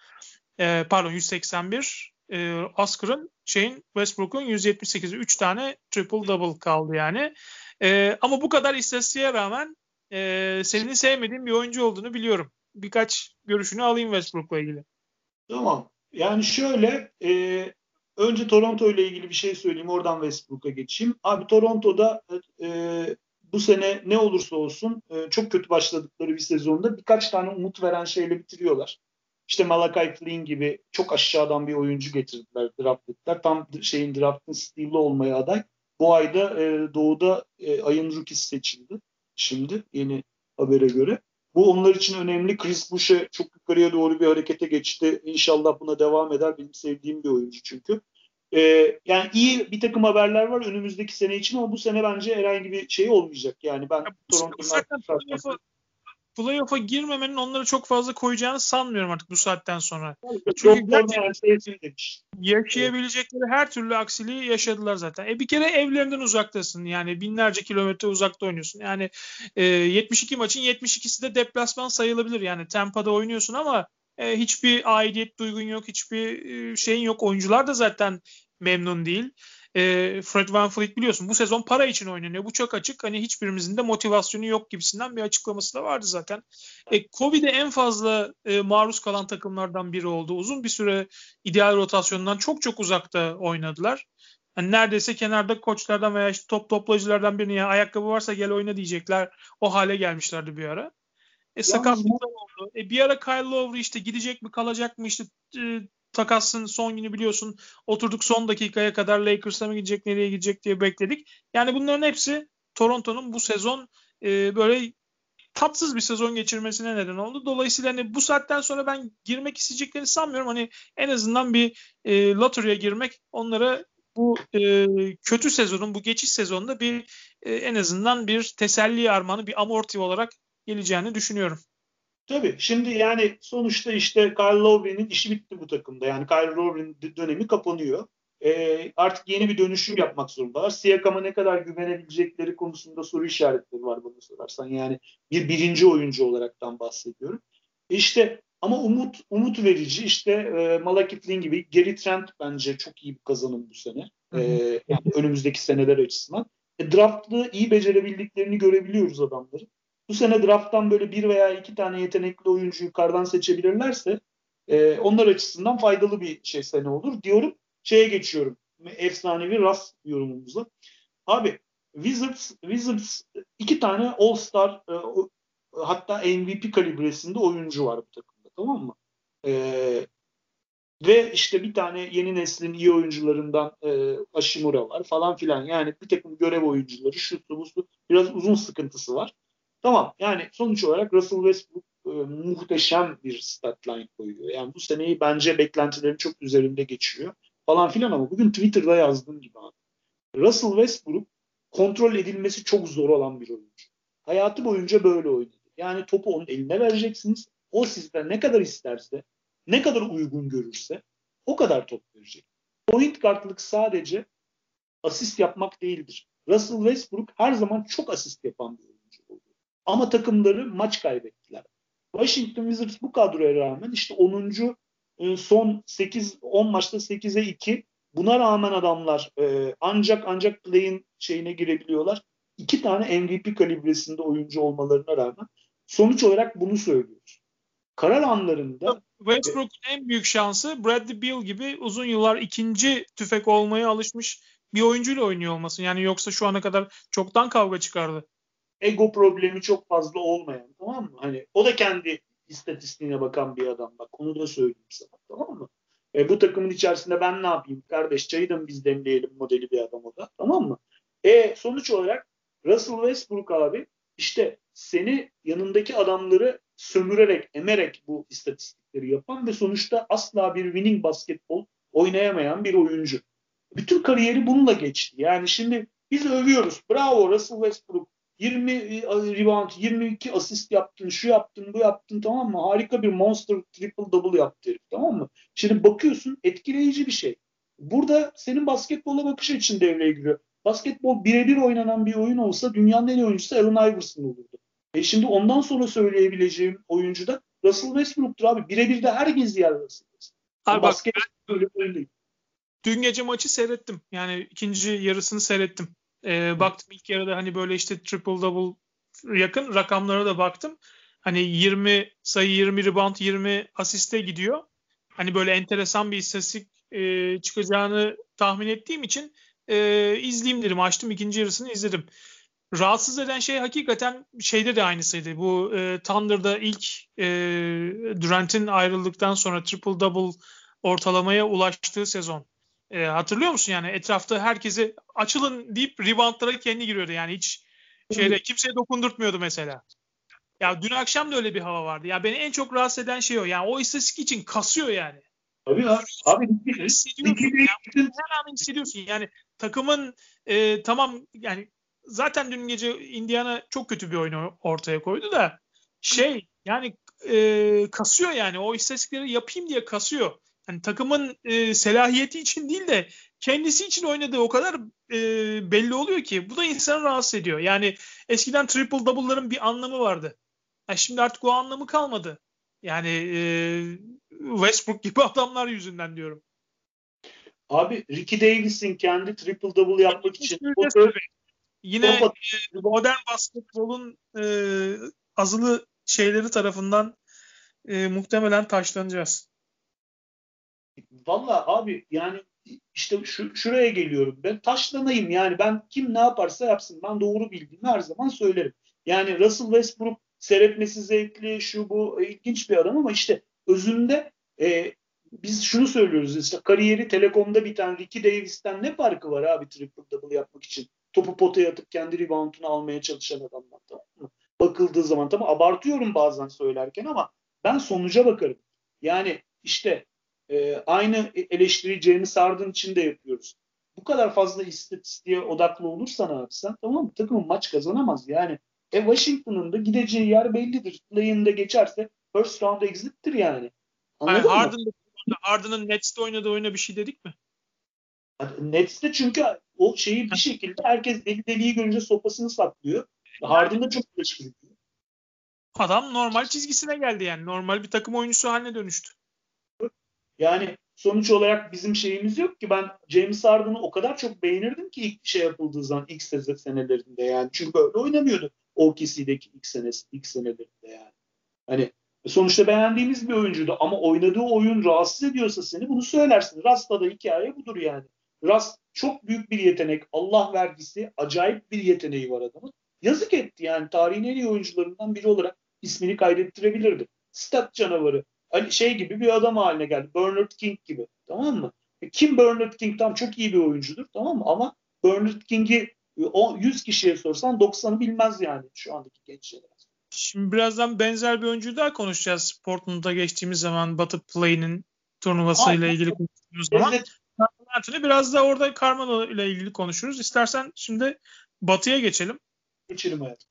E, pardon yüz seksen bir e, Oscar'ın şeyin Westbrook'un yüz yetmiş sekizi üç tane triple double kaldı yani. E, ama bu kadar istatistiğe rağmen e, senin sevmediğin bir oyuncu olduğunu biliyorum. Birkaç görüşünü alayım Westbrook'la ilgili. Tamam. Yani şöyle e, önce Toronto ile ilgili bir şey söyleyeyim. Oradan Westbrook'a geçeyim. Abi Toronto'da e, bu sene ne olursa olsun e, çok kötü başladıkları bir sezonda birkaç tane umut veren şeyle bitiriyorlar. İşte Malachi Flynn gibi çok aşağıdan bir oyuncu getirdiler, draft ettiler. Tam şeyin draftın steal'i olmaya aday. Bu ayda e, Doğu'da e, ayın rookisi seçildi. Şimdi yeni habere göre. Bu onlar için önemli. Chris Boucher çok yukarıya doğru bir harekete geçti. İnşallah buna devam eder. Benim sevdiğim bir oyuncu çünkü. Ee, yani iyi bir takım haberler var önümüzdeki sene için ama bu sene bence herhangi bir şey olmayacak. Yani ben Toronto'nun playoff'a girmemenin onları çok fazla koyacağını sanmıyorum artık bu saatten sonra. Çünkü gerçekten yaşayabilecekleri her türlü aksiliği yaşadılar zaten. E bir kere evlerinden uzaktasın. Yani binlerce kilometre uzakta oynuyorsun. Yani e, yetmiş iki maçın yetmiş ikisi de deplasman sayılabilir. Yani Tampa'da oynuyorsun ama e, hiçbir aidiyet duygun yok. Hiçbir e, şeyin yok. Oyuncular da zaten memnun değil. E, Fred VanVleet biliyorsun bu sezon para için oynanıyor. Bu çok açık. Hani hiçbirimizin de motivasyonu yok gibisinden bir açıklaması da vardı zaten. E, Covid'e en fazla e, maruz kalan takımlardan biri oldu. Uzun bir süre ideal rotasyondan çok çok uzakta oynadılar. Hani neredeyse kenarda koçlardan veya işte top toplayıcılardan birine ya ayakkabı varsa gel oyna diyecekler. O hale gelmişlerdi bir ara. E sakatlıklar oldu. E bir ara Kyle Lowry işte gidecek mi kalacak mı işte e, takasın son günü biliyorsun. Oturduk son dakikaya kadar Lakers'a mı gidecek nereye gidecek diye bekledik. Yani bunların hepsi Toronto'nun bu sezon e, böyle tatsız bir sezon geçirmesine neden oldu. Dolayısıyla hani bu saatten sonra ben girmek isteyeceklerini sanmıyorum. Hani en azından bir e, lottery'e girmek onlara bu e, kötü sezonun, bu geçiş sezonunda bir e, en azından bir teselli armağanı, bir amorti olarak geleceğini düşünüyorum. Tabii. Şimdi yani sonuçta işte Kyle Lowry'nin işi bitti bu takımda. Yani Kyle Lowry'nin dönemi kapanıyor. Ee, artık yeni bir dönüşüm yapmak zorundalar. Siakam'a ne kadar güvenebilecekleri konusunda soru işaretleri var bana sorarsan. Yani bir birinci oyuncu olaraktan bahsediyorum. İşte ama umut umut verici işte e, Malachi Flynn gibi Gary Trent bence çok iyi bir kazanım bu sene. E, yani önümüzdeki seneler açısından. E, draft'lı iyi becerebildiklerini görebiliyoruz adamların. Bu sene draft'tan böyle bir veya iki tane yetenekli oyuncu yukarıdan seçebilirlerse e, onlar açısından faydalı bir şey sene olur diyorum. Şeye geçiyorum. Efsanevi Russ yorumumuza. Abi Wizards, Wizards iki tane All-Star e, hatta M V P kalibresinde oyuncu var bu takımda, tamam mı? E, ve işte bir tane yeni neslin iyi oyuncularından e, Hachimura var falan filan. Yani bir takım görev oyuncuları şutlu buslu biraz uzun sıkıntısı var. Tamam yani sonuç olarak Russell Westbrook e, muhteşem bir stat line koyuyor. Yani bu seneyi bence beklentilerin çok üzerinde geçiyor falan filan ama bugün Twitter'da yazdığım gibi abi. Russell Westbrook kontrol edilmesi çok zor olan bir oyuncu. Hayatı boyunca böyle oynadı. Yani topu onun eline vereceksiniz. O sizden ne kadar isterse, ne kadar uygun görürse o kadar top verecek. Point guardlık sadece asist yapmak değildir. Russell Westbrook her zaman çok asist yapan bir oyuncu oldu. Ama takımları maç kaybettiler. Washington Wizards bu kadroya rağmen işte onuncu son sekiz on maçta sekize iki. Buna rağmen adamlar e, ancak ancak play'in şeyine girebiliyorlar. İki tane M V P kalibresinde oyuncu olmalarına rağmen sonuç olarak bunu söylüyoruz. Karar anlarında Westbrook'un en büyük şansı Bradley Beal gibi uzun yıllar ikinci tüfek olmaya alışmış bir oyuncuyla oynuyor olması. Yani yoksa şu ana kadar çoktan kavga çıkardı. Ego problemi çok fazla olmayan, tamam mı? Hani o da kendi istatistiğine bakan bir adam. Bak onu da söyleyeyim sana, tamam mı? E, bu takımın içerisinde ben ne yapayım? Kardeş çayı da mı biz demleyelim modeli bir adam o da. Tamam mı? E sonuç olarak Russell Westbrook abi işte seni yanındaki adamları sömürerek, emerek bu istatistikleri yapan ve sonuçta asla bir winning basketbol oynayamayan bir oyuncu. Bütün kariyeri bununla geçti. Yani şimdi biz övüyoruz. Bravo Russell Westbrook. yirmi rebound, yirmi iki asist yaptın, şu yaptın, bu yaptın, tamam mı? Harika bir monster triple double yaptı herif, tamam mı? Şimdi bakıyorsun etkileyici bir şey. Burada senin basketbola bakış açın devreye giriyor. Basketbol birebir oynanan bir oyun olsa dünyanın en iyi oyuncusu Allen Iverson olurdu. E şimdi ondan sonra söyleyebileceğim oyuncu da Russell Westbrook'tur abi. Birebir de herkes yer Russell Westbrook. Abi bak böyle bir oyun değil. Dün gece maçı seyrettim. Yani ikinci yarısını seyrettim. Ee, baktım ilk yarıda hani böyle işte triple double yakın rakamlara da baktım. Hani yirmi sayı, yirmi rebound, yirmi asiste gidiyor. Hani böyle enteresan bir istatistik e, çıkacağını tahmin ettiğim için e, izleyeyim dedim. Açtım ikinci yarısını izledim. Rahatsız eden şey hakikaten şeyde de aynısıydı. Bu e, Thunder'da ilk e, Durant'in ayrıldıktan sonra triple double ortalamaya ulaştığı sezon. E, hatırlıyor musun yani etrafta herkese açılın deyip reboundlara kendi giriyordu yani hiç şeyde kimseye dokundurtmuyordu mesela. Ya dün akşam da öyle bir hava vardı. Ya beni en çok rahatsız eden şey o. Yani o istatistik için kasıyor yani. Tabii abi. Abi hissediyorsun. Yani, her an hissediyorsun. Yani takımın e, tamam yani zaten dün gece Indiana çok kötü bir oyunu ortaya koydu da şey yani e, kasıyor yani o istatistikleri yapayım diye kasıyor. Yani takımın e, selahiyeti için değil de kendisi için oynadığı o kadar e, belli oluyor ki bu da insanı rahatsız ediyor. Yani eskiden triple double'ların bir anlamı vardı. Yani şimdi artık o anlamı kalmadı. Yani e, Westbrook gibi adamlar yüzünden diyorum. Abi Ricky Davis'in kendi triple double yapmak için o tabii. Yine e, modern basketbolun e, azılı şeyleri tarafından e, muhtemelen taşlanacağız. Valla abi yani işte şu, şuraya geliyorum. Ben taşlanayım yani, ben kim ne yaparsa yapsın. Ben doğru bildiğimi her zaman söylerim. Yani Russell Westbrook seyretmesi zevkli, şu bu e, ilginç bir adam ama işte özünde e, biz şunu söylüyoruz, işte kariyeri Telekom'da biten Ricky Davis'ten ne farkı var abi triple double yapmak için? Topu potaya atıp kendi reboundunu almaya çalışan adamlar, tamam mı? Bakıldığı zaman, tamam abartıyorum bazen söylerken ama ben sonuca bakarım. Yani işte e, aynı eleştiriyi James Harden için de yapıyoruz. Bu kadar fazla istatistiğe odaklı olursan abi sen, tamam mı? Takımın maç kazanamaz yani. E Washington'ın da gideceği yer bellidir. Play-in'de geçerse first round exit'tir yani. Yani Anladın mı? Harden'da, Harden'ın Nets'te oynadığı oyuna bir şey dedik mi? Nets'te çünkü o şeyi bir şekilde herkes deli deliği görünce sopasını saklıyor. Yani Harden'da çok eleştiri. adam normal çizgisine geldi yani. Normal bir takım oyuncusu haline dönüştü. Yani sonuç olarak bizim şeyimiz yok ki, ben James Harden'ı o kadar çok beğenirdim ki ilk şey yapıldığı zaman, ilk senelerinde yani. Çünkü böyle oynamıyordu O K C'deki ilk senesi, ilk senelerinde yani. Hani sonuçta beğendiğimiz bir oyuncuydu ama oynadığı oyun rahatsız ediyorsa seni, bunu söylersin. Rast'ta da hikaye budur yani. Rast çok büyük bir yetenek. Allah vergisi, acayip bir yeteneği var adamın. Yazık etti yani, tarihin en iyi oyuncularından biri olarak ismini kaydettirebilirdi. Stat canavarı. Hani şey gibi bir adam haline geldi. Bernard King gibi. Tamam mı? E kim Bernard King? Tam çok iyi bir oyuncudur. Tamam mı? Ama Bernard King'i o yüz kişiye sorsan doksanı bilmez yani şu andaki gençler. Şimdi birazdan benzer bir oyuncuyu daha konuşacağız. Portland'a geçtiğimiz zaman Batı Play'nin turnuvasıyla ilgili konuştuğumuz zaman. Evet. Anthony biraz da orada Carmelo ile ilgili konuşuruz. İstersen şimdi Batı'ya geçelim. Geçelim hayatım.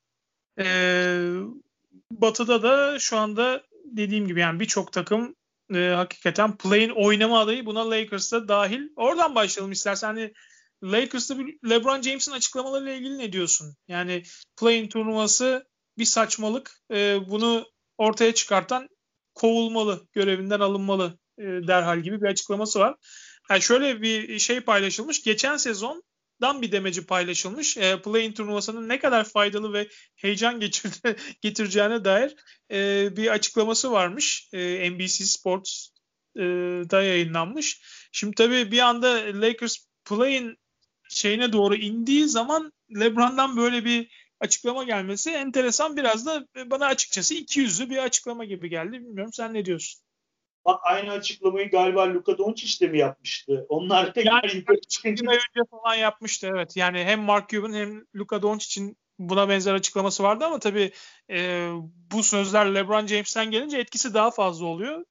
Ee, Batı'da da şu anda dediğim gibi yani birçok takım e, hakikaten play-in oynama adayı, buna Lakers da dahil. Oradan başlayalım istersen. Hani Lakers'ta LeBron James'in açıklamalarıyla ilgili ne diyorsun? Yani play-in turnuvası bir saçmalık. E, bunu ortaya çıkartan kovulmalı, görevinden alınmalı e, derhal gibi bir açıklaması var. Yani şöyle bir şey paylaşılmış. Geçen sezondan bir demeci paylaşılmış. E, play-in turnuvasının ne kadar faydalı ve heyecan geçirdi, getireceğine dair e, bir açıklaması varmış. E, N B C Sports'da yayınlanmış. Şimdi tabii bir anda Lakers play-in şeyine doğru indiği zaman LeBron'dan böyle bir açıklama gelmesi enteresan, biraz da bana açıkçası ikiyüzlü bir açıklama gibi geldi. Bilmiyorum, sen ne diyorsun? Bak, aynı açıklamayı galiba Luka Doncic de mi yapmıştı? Onlar Yani tekrar yukarı çıkınca bir ay önce falan yapmıştı, evet. Yani hem Mark Cuban hem Luka Doncic'in buna benzer açıklaması vardı ama tabii e, bu sözler LeBron James'ten gelince etkisi daha fazla oluyor.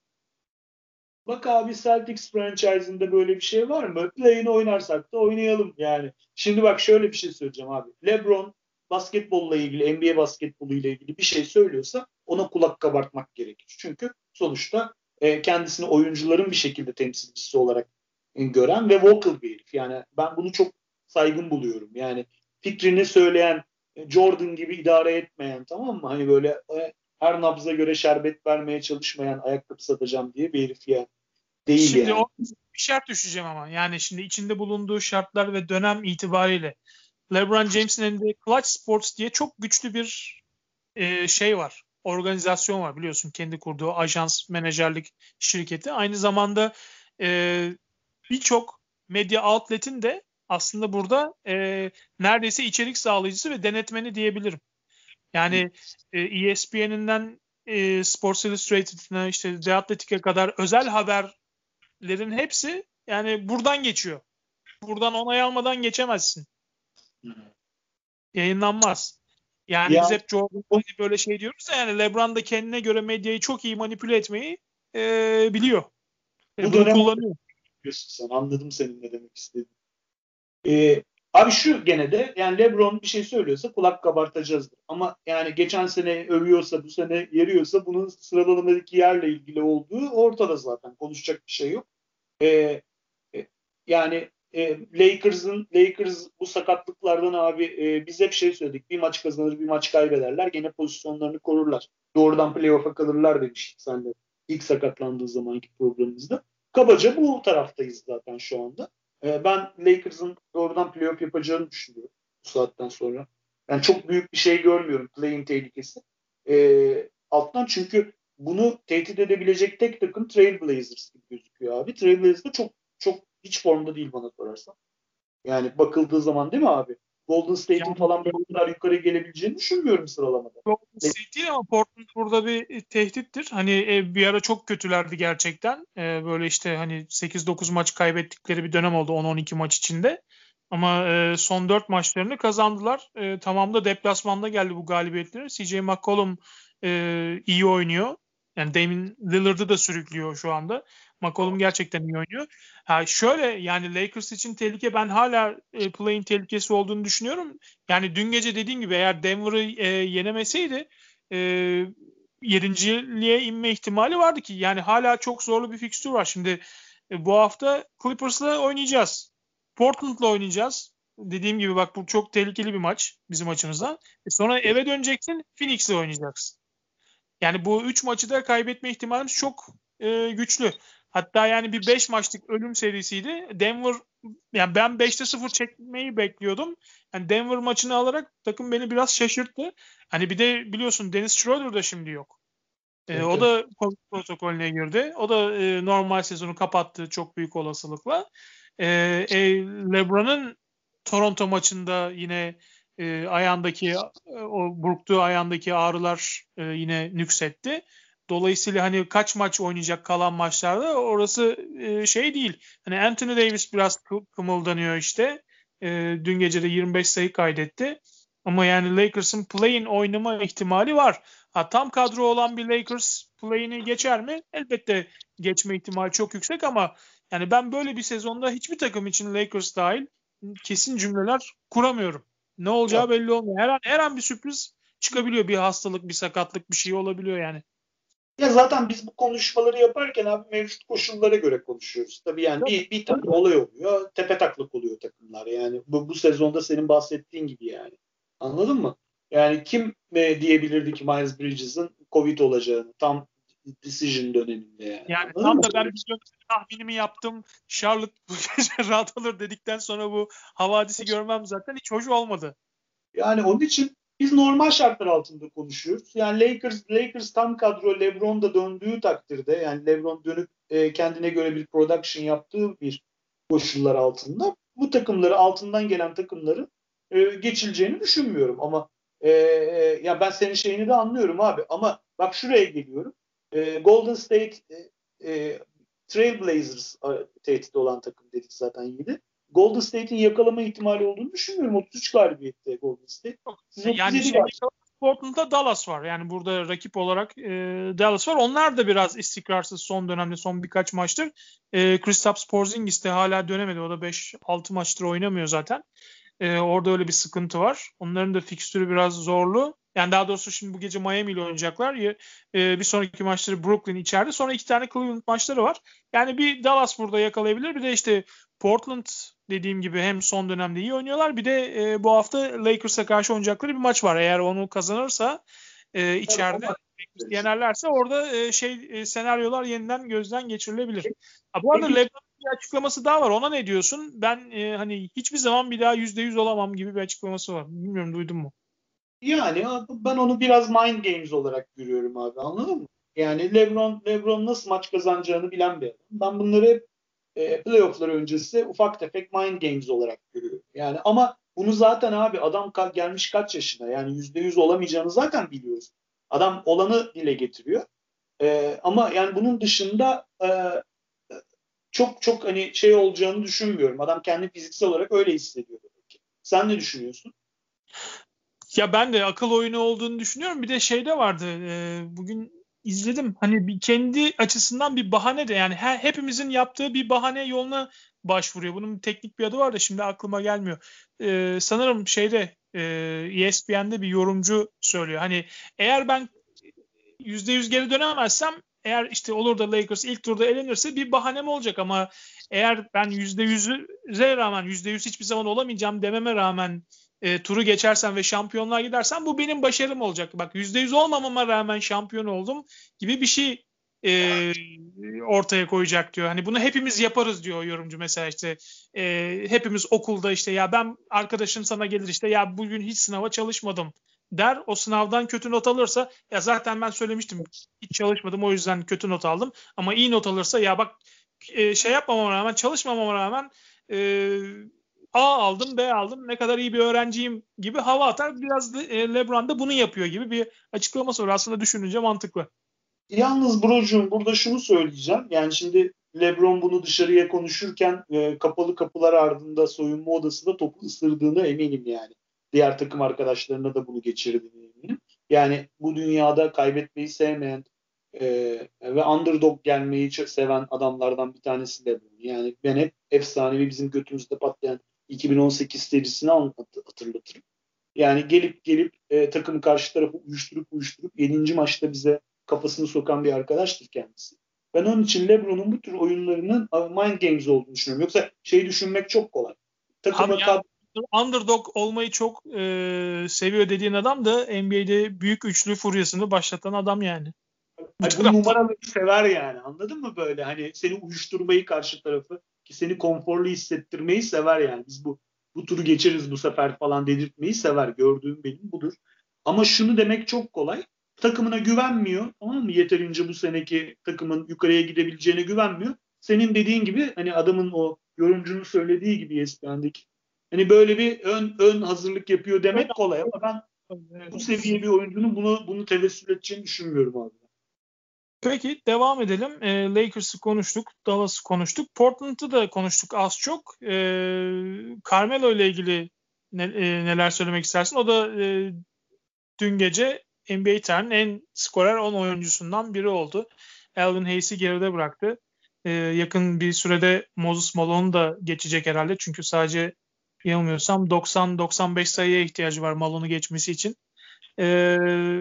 bak abi, Celtics franchise'ında böyle bir şey var mı? Play'ini oynarsak da oynayalım yani. Şimdi bak, şöyle bir şey söyleyeceğim abi. LeBron basketbolla ilgili, N B A basketboluyla ilgili bir şey söylüyorsa ona kulak kabartmak gerekir. Çünkü sonuçta e, kendisini oyuncuların bir şekilde temsilcisi olarak e, gören ve vocal bir herif. Yani ben bunu çok saygın buluyorum. Yani fikrini söyleyen, e, Jordan gibi idare etmeyen, tamam mı? Hani böyle e, her nabza göre şerbet vermeye çalışmayan, ayakkabı satacağım diye bir herif yani. Değil Şimdi yani. o bir şart düşeceğim ama yani şimdi içinde bulunduğu şartlar ve dönem itibariyle LeBron James'in elinde Clutch Sports diye çok güçlü bir e, şey var. Organizasyon var, biliyorsun, kendi kurduğu ajans menajerlik şirketi. Aynı zamanda e, birçok medya outlet'in de aslında burada e, neredeyse içerik sağlayıcısı ve denetmeni diyebilirim. Yani e, E S P N'den e, Sports Illustrated'ına işte The Athletic'e kadar özel haberlerin hepsi yani buradan geçiyor. Buradan onay almadan geçemezsin. Yayınlanmaz. Yani biz Ya hep Jordan o, böyle şey diyoruz da yani LeBron da kendine göre medyayı çok iyi manipüle etmeyi e, biliyor. bu E, bunu dönem kullanıyor. diyorsun sen. Anladım senin ne demek istediğini. Ee, abi şu gene de yani LeBron bir şey söylüyorsa kulak kabartacağızdır. Ama yani geçen sene övüyorsa, bu sene yeriyorsa, bunun sıralamadaki yerle ilgili olduğu ortada zaten. Konuşacak bir şey yok. Ee, e, yani e, Lakers'ın Lakers bu sakatlıklardan abi, e, biz hep şey söyledik. Bir maç kazanır, bir maç kaybederler. Gene pozisyonlarını korurlar. Doğrudan playoff'a kalırlar demiştik sen de ilk sakatlandığı zamanki programımızda. Kabaca bu taraftayız zaten şu anda. E, ben Lakers'ın doğrudan playoff yapacağını düşünüyorum bu saatten sonra. Yani çok büyük bir şey görmüyorum, play-in tehlikesi. E, alttan çünkü bunu tehdit edebilecek tek takım Trailblazers gibi gözüküyor abi. Trailblazers da çok çok hiç formda değil bana sorarsan. Yani bakıldığı zaman değil mi abi? Golden State'in yani, falan böyle kadar yukarı gelebileceğini düşünmüyorum sıralamada. Golden State değil ama Portland burada bir tehdittir. Hani bir ara çok kötülerdi gerçekten. Böyle işte hani sekiz dokuz maç kaybettikleri bir dönem oldu on on iki maç içinde. Ama son dört maçlarını kazandılar. Tamam da deplasmanda geldi bu galibiyetleri. C J McCollum iyi oynuyor. Yani Damian Lillard'ı da sürüklüyor şu anda. McCollum gerçekten iyi oynuyor. Ha şöyle yani Lakers için tehlike ben hala e, play-in tehlikesi olduğunu düşünüyorum. Yani dün gece dediğim gibi eğer Denver'ı e, yenemeseydi e, yedinciliğe inme ihtimali vardı ki. Yani hala çok zorlu bir fikstür var. Şimdi e, bu hafta Clippers'la oynayacağız. Portland'la oynayacağız. Dediğim gibi bak bu çok tehlikeli bir maç bizim açımızdan. E sonra eve döneceksin Phoenix'le oynayacaksın. Yani bu üç maçı da kaybetme ihtimalimiz çok e, güçlü. Hatta yani bir beş maçlık ölüm serisiydi. Denver yani ben beşte sıfır çekmeyi bekliyordum. Yani Denver maçını alarak takım beni biraz şaşırttı. Hani bir de biliyorsun Dennis Schroeder da şimdi yok. E, o da Covid protokolüne girdi. O da e, normal sezonu kapattı çok büyük olasılıkla. E, e, LeBron'un Toronto maçında yine e, ayağındaki o burktuğu ayağındaki ağrılar e, yine nüksetti. Dolayısıyla hani kaç maç oynayacak kalan maçlarda orası e, şey değil. Hani Anthony Davis biraz kı- kımıldanıyor işte. E, dün gece de yirmi beş sayı kaydetti. Ama yani Lakers'ın play-in oynama ihtimali var. Ha, tam kadro olan bir Lakers play-in'i geçer mi? Elbette geçme ihtimali çok yüksek ama yani ben böyle bir sezonda hiçbir takım için Lakers dahil kesin cümleler kuramıyorum. Ne olacağı belli olmuyor. Her an, her an bir sürpriz çıkabiliyor. Bir hastalık, bir sakatlık, bir şey olabiliyor yani. Ya zaten biz bu konuşmaları yaparken abi mevcut koşullara göre konuşuyoruz. Tabii yani Tabii. bir, bir tane olay oluyor. Tepe taklak oluyor takımlar. Yani bu, bu sezonda senin bahsettiğin gibi yani. Anladın mı? Yani kim e, diyebilirdi ki Miles Bridges'ın Covid olacağını tam decision döneminde yani. Yani Anladın tam mı? Da ben bir tahminimi yaptım. Charlotte bu gece rahat alır dedikten sonra bu havadisi görmem zaten hiç hoş olmadı. Yani onun için biz normal şartlar altında konuşuyoruz. Yani Lakers Lakers tam kadro LeBron da döndüğü takdirde yani LeBron dönüp e, kendine göre bir production yaptığı bir koşullar altında bu takımları altından gelen takımları e, geçileceğini düşünmüyorum ama e, e, ya ben senin şeyini de anlıyorum abi ama bak şuraya geliyorum. E, Golden State e, e, Trailblazers tehdit olan takım dedik zaten yedi. Golden State'in yakalama ihtimali olduğunu düşünmüyorum. otuz üç galibiyette Golden State. Siz yani şey, Portland'da Dallas var. Yani burada rakip olarak e, Dallas var. Onlar da biraz istikrarsız son dönemde, son birkaç maçtır. E, Kristaps Porzingis de hala dönemedi. O da beş altı maçtır oynamıyor zaten. E, orada öyle bir sıkıntı var. Onların da fikstürü biraz zorlu. Yani daha doğrusu şimdi bu gece Miami ile oynayacaklar. E, bir sonraki maçları Brooklyn içeride. Sonra iki tane Cleveland maçları var. Yani bir Dallas burada yakalayabilir. Bir de işte Portland dediğim gibi hem son dönemde iyi oynuyorlar. Bir de e, bu hafta Lakers'a karşı oynayacakları bir maç var. Eğer onu kazanırsa e, içeride Lakers yenerlerse orada e, şey e, senaryolar yeniden gözden geçirilebilir. Ha, bu arada LeBron'un bir açıklaması daha var. Ona ne diyorsun? Ben e, hani hiçbir zaman bir daha yüzde yüz olamam gibi bir açıklaması var. Bilmiyorum duydun mu? Yani ben onu biraz mind games olarak görüyorum abi. Anladın mı? Yani LeBron LeBron nasıl maç kazanacağını bilen bir adam. Ben bunları hep e, playoff'lar öncesi ufak tefek mind games olarak görüyorum. Yani ama bunu zaten abi adam ka- gelmiş kaç yaşına? Yani yüzde yüz olamayacağını zaten biliyoruz. Adam olanı dile getiriyor. E, ama yani bunun dışında e, çok çok hani şey olacağını düşünmüyorum. Adam kendi fiziksel olarak öyle hissediyor. Belki. Sen ne düşünüyorsun? Ya ben de akıl oyunu olduğunu düşünüyorum. Bir de şey de vardı. E, bugün izledim. Hani bir kendi açısından bir bahane de yani her, hepimizin yaptığı bir bahane yoluna başvuruyor. Bunun teknik bir adı var da şimdi aklıma gelmiyor. E, sanırım şeyde e, E S P N'de bir yorumcu söylüyor. Hani eğer ben yüzde yüz geri dönemezsem eğer işte olur da Lakers ilk turda elenirse bir bahanem olacak ama eğer ben yüzde yüze rağmen yüzde yüz hiçbir zaman olamayacağım dememe rağmen e, turu geçersem ve şampiyonluğa gidersem bu benim başarım olacak. Bak yüzde yüz olmamama rağmen şampiyon oldum gibi bir şey e, ortaya koyacak diyor. Hani bunu hepimiz yaparız diyor yorumcu mesela işte e, hepimiz okulda işte ya ben arkadaşın sana gelir işte ya bugün hiç sınava çalışmadım der. O sınavdan kötü not alırsa ya zaten ben söylemiştim hiç çalışmadım o yüzden kötü not aldım. Ama iyi not alırsa ya bak e, şey yapmamama rağmen, çalışmamama rağmen e, A aldım, B aldım, ne kadar iyi bir öğrenciyim gibi hava atar. Biraz da e, LeBron da bunu yapıyor gibi bir açıklaması var. Aslında düşününce mantıklı. Yalnız brocuğum burada şunu söyleyeceğim. Yani şimdi LeBron bunu dışarıya konuşurken e, kapalı kapılar ardında soyunma odasında topu ısırdığına eminim yani. Diğer takım arkadaşlarına da bunu geçirdiğine eminim. Yani bu dünyada kaybetmeyi sevmeyen e, ve underdog gelmeyi çok seven adamlardan bir tanesi LeBron. Yani ben hep efsanevi bizim götümüzde patlayan iki bin on sekiz serisini hatırlatırım. Yani gelip gelip e, takımı karşı tarafı uyuşturup uyuşturup yedinci maçta bize kafasını sokan bir arkadaştır kendisi. Ben onun için LeBron'un bu tür oyunlarının mind games olduğunu düşünüyorum. Yoksa şey düşünmek çok kolay. Takıma yani, underdog olmayı çok e, seviyor dediğin adam da N B A'de büyük üçlü furyasını başlatan adam yani. Bu, bu numaraları sever yani. Anladın mı böyle? Hani seni uyuşturmayı karşı tarafı ki seni konforlu hissettirmeyi sever yani. Biz bu bu turu geçeriz bu sefer falan dedirtmeyi sever. Gördüğüm benim budur. Ama şunu demek çok kolay. Takımına güvenmiyor. Tamam mı? Yeterince bu seneki takımın yukarıya gidebileceğine güvenmiyor. Senin dediğin gibi hani adamın o yorumcunun söylediği gibi E S P N'deki hani böyle bir ön ön hazırlık yapıyor demek kolay ama ben bu seviye bir oyuncunun bunu bunu tevessül edeceğini düşünmüyorum abi. Peki devam edelim. E, Lakers'ı konuştuk, Dallas'ı konuştuk. Portland'ı da konuştuk az çok. E, Carmelo ile ilgili ne, e, neler söylemek istersin? O da e, dün gece N B A tarihinin en skorer on oyuncusundan biri oldu. Elvin Hayes'i geride bıraktı. E, yakın bir sürede Moses Malone'u da geçecek herhalde. Çünkü sadece yanılmıyorsam doksan doksan beş sayıya ihtiyacı var Malone'u geçmesi için. Eee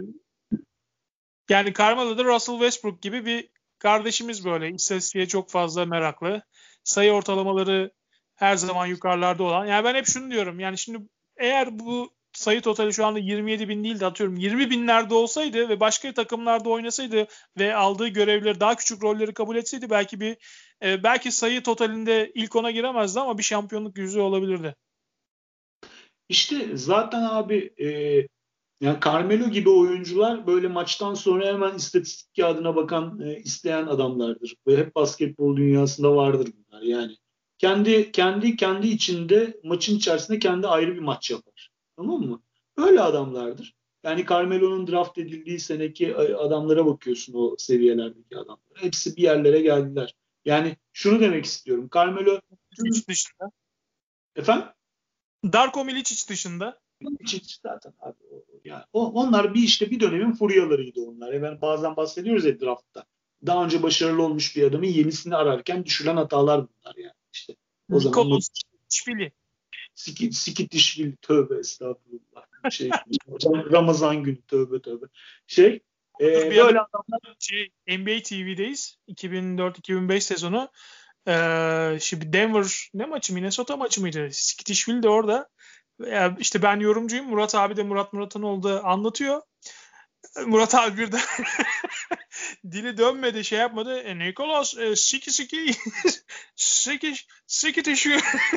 Yani Carmelo'da Russell Westbrook gibi bir kardeşimiz böyle. İstatistiğe çok fazla meraklı. Sayı ortalamaları her zaman yukarılarda olan. Yani ben hep şunu diyorum. Yani şimdi eğer bu sayı totali şu anda yirmi yedi bin değil de atıyorum yirmi binlerde olsaydı ve başka takımlarda oynasaydı ve aldığı görevleri daha küçük rolleri kabul etseydi belki bir e, belki sayı totalinde ilk ona giremezdi ama bir şampiyonluk yüzüğü olabilirdi. İşte zaten abi e, yani Carmelo gibi oyuncular böyle maçtan sonra hemen istatistik kağıdına bakan, e, isteyen adamlardır. Ve hep basketbol dünyasında vardır bunlar. Yani kendi kendi kendi içinde maçın içerisinde kendi ayrı bir maç yapar. Tamam mı? Öyle adamlardır. Yani Carmelo'nun draft edildiği seneki adamlara bakıyorsun, o seviyelerdeki adamlara. Hepsi bir yerlere geldiler. Yani şunu demek istiyorum. Carmelo tüm... dışında. Efendim? Darko Milicic dışında. Milicic zaten abi. Yani onlar bir işte bir dönemin furyalarıydı onlar. Yani bazen bahsediyoruz ya draftta. Daha önce başarılı olmuş bir adamın yenisini ararken düşülen hatalar bunlar yani. İşte o zaman Nikola Sikitişvili. Sikitişvili tövbe estağfurullah. Şey, Ramazan günü tövbe tövbe. Şey e, böyle adamlar. Şey, N B A T V'deyiz. iki bin dört iki bin beş sezonu. Ee, şimdi Denver ne maçı? Minnesota maçı mıydı? Sikitişvili de orada. Yani işte ben yorumcuyum. Murat abi de Murat Muratanoğlu anlatıyor. Murat abi bir de dili dönmedi, şey yapmadı. E, Nicholas e, siki siki siki siki tişi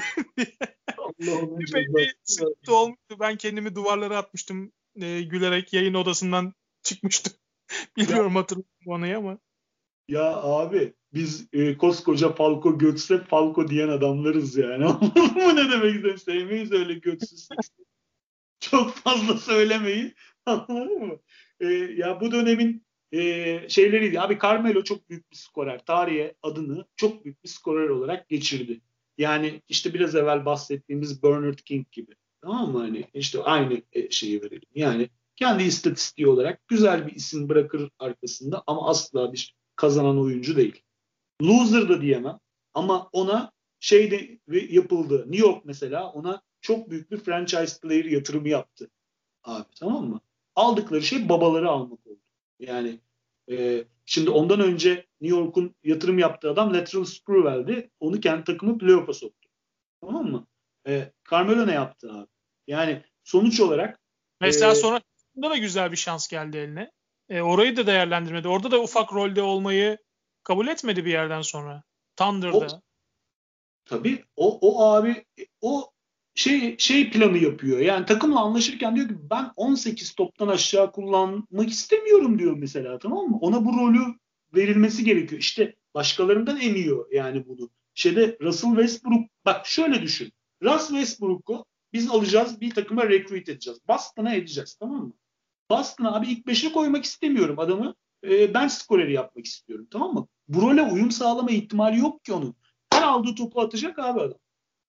bir sıkıntı olmuştu. Ben kendimi duvarlara atmıştım. E, gülerek yayın odasından çıkmıştım. Bilmiyorum hatırlıyorum onu ama. Ya abi biz e, koskoca Falco götse Falco diyen adamlarız yani. Anladın mı ne demek istedim? Sevmeyiz öyle götsüz. Çok fazla söylemeyin. Anladın mı? E, ya bu dönemin e, şeyleriydi. Abi Carmelo çok büyük bir skorer. Tarihe adını çok büyük bir skorer olarak geçirdi. Yani işte biraz evvel bahsettiğimiz Bernard King gibi. Tamam mı? Hani işte aynı şeyi verelim. Yani kendi istatistiği olarak güzel bir isim bırakır arkasında ama asla bir kazanan oyuncu değil. Loser da diyemem ama ona şey de yapıldı. New York mesela ona çok büyük bir franchise player yatırımı yaptı. Abi tamam mı? Aldıkları şey babaları almak oldu. Yani e, şimdi ondan önce New York'un yatırım yaptığı adam Lateral Sprewell'di. Onu kendi takımı playoff'a soktu. Tamam mı? E, Carmelo ne yaptı abi? Yani sonuç olarak Mesela e, sonra da güzel bir şans geldi eline. E, orayı da değerlendirmedi. Orada da ufak rolde olmayı kabul etmedi bir yerden sonra. Thunder'da. O, tabii o, o abi o şey şey planı yapıyor. Yani takımla anlaşırken diyor ki ben on sekiz toptan aşağı kullanmak istemiyorum diyor mesela, tamam mı? Ona bu rolü verilmesi gerekiyor. İşte Başkalarından emiyor yani bunu. Şeyde Russell Westbrook, bak şöyle düşün. Russ Westbrook'u biz alacağız, bir takıma recruit edeceğiz. Boston'a edeceğiz, tamam mı? Boston'a abi ilk beşe koymak istemiyorum adamı. E, bench skoreri yapmak istiyorum, tamam mı? Bu role uyum sağlama ihtimali yok ki onun. Her aldığı topu atacak abi adam.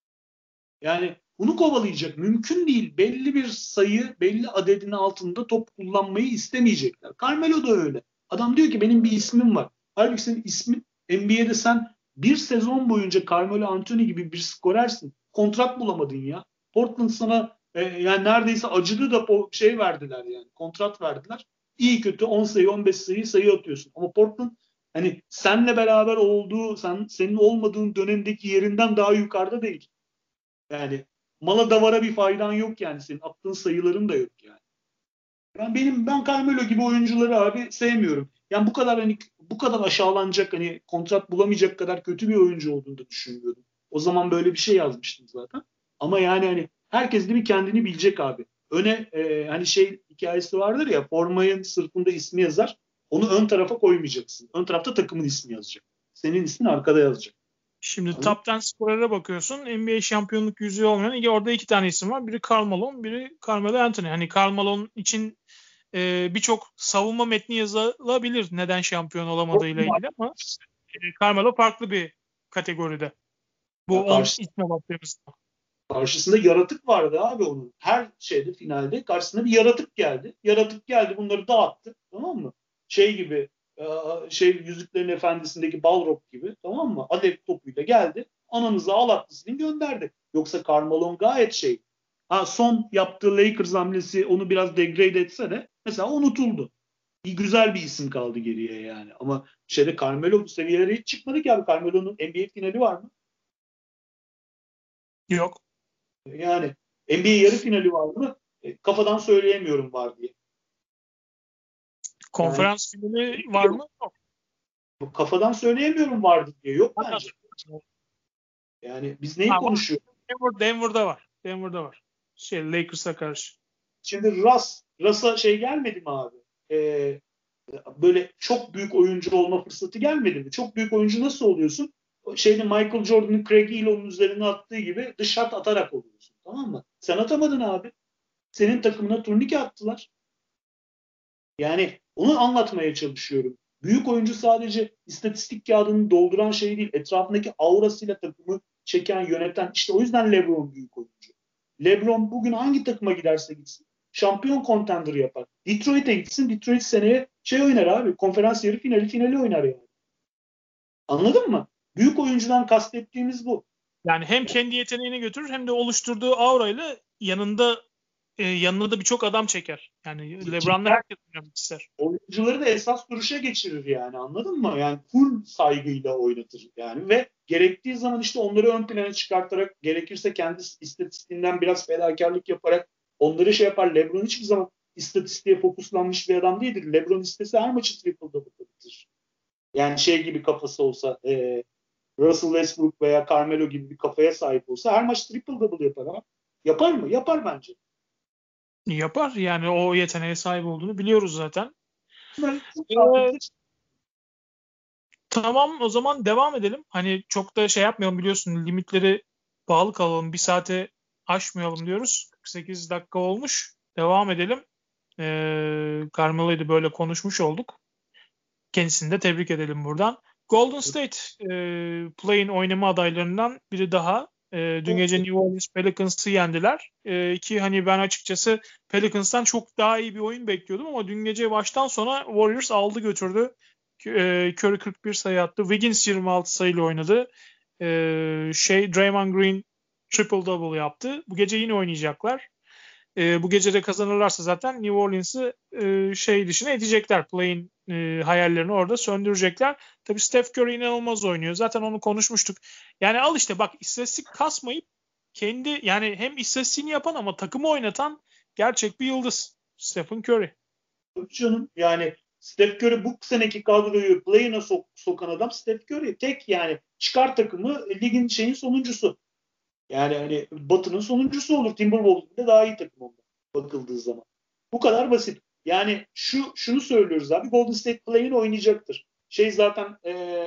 Yani bunu kovalayacak. Mümkün değil. Belli bir sayı, belli adedin altında top kullanmayı istemeyecekler. Carmelo da öyle. Adam diyor ki benim bir ismim var. Halbuki senin ismin N B A'de sen bir sezon boyunca Carmelo Anthony gibi bir skorersin. Kontrat bulamadın ya. Portland sana e, yani neredeyse acıdı da o şey verdiler yani. Kontrat verdiler. İyi kötü on sayı on beş sayı sayı atıyorsun. Ama Portland hani senle beraber olduğu, sen senin olmadığın dönemdeki yerinden daha yukarıda değil. Yani mala davara bir faydan yok yani, senin attığın sayıların da yok yani. Ben benim ben Carmelo gibi oyuncuları abi sevmiyorum. Yani bu kadar hani bu kadar aşağılanacak, hani kontrat bulamayacak kadar kötü bir oyuncu olduğunu da düşünmüyordum. O zaman böyle bir şey yazmıştım zaten. Ama yani hani herkes de bir kendini bilecek abi. Öne e, hani şey hikayesi vardır ya, formayın sırtında ismi yazar. Onu ön tarafa koymayacaksın. Ön tarafta takımın ismi yazacak. Senin ismin arkada yazacak. Şimdi Anladın? top on skorere bakıyorsun. N B A şampiyonluk yüzüğü olmayan orada iki tane isim var. Biri Karl Malone, biri Carmelo Anthony. Hani Karl Malone için e, birçok savunma metni yazılabilir neden şampiyon olamadığıyla ilgili ama e, Carmelo farklı bir kategoride. Ya Bu on karşı isme baktığımızda. Karşısında yaratık vardı abi onun. Her şeyde finalde karşısında bir yaratık geldi. Yaratık geldi, bunları dağıttı. Tamam mı? Şey gibi e, şey Yüzüklerin Efendisi'ndeki Balrog gibi, tamam mı? Alev topuyla geldi. Anamızı ağlattı, gönderdi. Yoksa Carmelo gayet şey. Ha, son yaptığı Lakers hamlesi onu biraz degrade etse de mesela unutuldu. Bir güzel bir isim kaldı geriye yani. Ama şeyde Carmelo bu seviyelere hiç çıkmadı ki abi. Carmelo'nun N B A finali var mı? Yok. Yani N B A yarı finali var mı? E, kafadan söyleyemiyorum var diye. Yani Konferans finali var mı? Yok. kafadan söyleyemiyorum vardı diye. Yok bence. Anladım. Yani biz neyi Ama konuşuyoruz? Denver, Denver'da var. Denver'da var. Şey Lakers'a karşı. Şimdi Russ, Russ'a şey gelmedi mi abi? Ee, böyle çok büyük oyuncu olma fırsatı gelmedi mi? Çok büyük oyuncu nasıl oluyorsun? Şeyde Michael Jordan'ın Craig Elo'nun üzerine attığı gibi dış shot atarak oluyorsun. Tamam mı? Sen atamadın abi. Senin takımına turnike attılar. Yani onu anlatmaya çalışıyorum. Büyük oyuncu sadece istatistik kağıdını dolduran şey değil. Etrafındaki aurasıyla takımı çeken, yöneten. İşte o yüzden LeBron büyük oyuncu. LeBron bugün hangi takıma giderse gitsin şampiyon contender yapar. Detroit'e gitsin. Detroit seneye şey oynar abi. Konferans yarı finali finali oynar yani. Anladın mı? Büyük oyuncudan kastettiğimiz bu. Yani hem kendi yeteneğini götürür hem de oluşturduğu aurayla yanında e, yanına da birçok adam çeker. Yani LeBron'la herkes oynamak ister. Oyuncuları da esas duruşa geçirir yani, anladın mı? Yani full saygıyla oynatır yani ve gerektiği zaman işte onları ön plana çıkartarak, gerekirse kendi istatistiğinden biraz fedakarlık yaparak onları şey yapar. LeBron hiçbir zaman istatistiğe fokuslanmış bir adam değildir. LeBron istese her maçı triple double bitirir. Yani şey gibi kafası olsa, e, Russell Westbrook veya Carmelo gibi bir kafaya sahip olsa her maç triple double yapar ama yapar mı? Yapar bence. Yapar. Yani o yeteneğe sahip olduğunu biliyoruz zaten. Bunlar Ee, tamam o zaman devam edelim. Hani çok da şey yapmayalım, biliyorsun limitleri bağlı kalalım. Bir saate aşmayalım diyoruz. kırk sekiz dakika olmuş. Devam edelim. Ee, Carmelo'yu da böyle konuşmuş olduk. Kendisini de tebrik edelim buradan. Golden State e, play-in oynama adaylarından biri daha. E, dün gece New Orleans Pelicans'ı yendiler. E, ki hani ben açıkçası Pelicans'tan çok daha iyi bir oyun bekliyordum ama dün gece baştan sona Warriors aldı götürdü. E, Curry kırk bir sayı attı. Wiggins yirmi altı sayıyla oynadı. E, şey Draymond Green triple double yaptı. Bu gece yine oynayacaklar. E, bu gece de kazanırlarsa zaten New Orleans'ı e, şey dışına edecekler. Play'in e, hayallerini orada söndürecekler. Tabii Steph Curry inanılmaz oynuyor. Zaten onu konuşmuştuk. Yani al işte bak, istatistik kasmayıp kendi yani hem istatistiğini yapan ama takımı oynatan gerçek bir yıldız. Stephen Curry. Tabii canım. Yani Steph Curry bu seneki kadroyu play'ine sok, sokan adam Steph Curry. Tek yani çıkar takımı ligin şeyin sonuncusu. Yani hani Batı'nın sonuncusu olur. Timberwolves bile daha iyi takım onda bakıldığı zaman. Bu kadar basit. Yani şu şunu söylüyoruz abi. Golden State play'in oynayacaktır. Şey zaten e,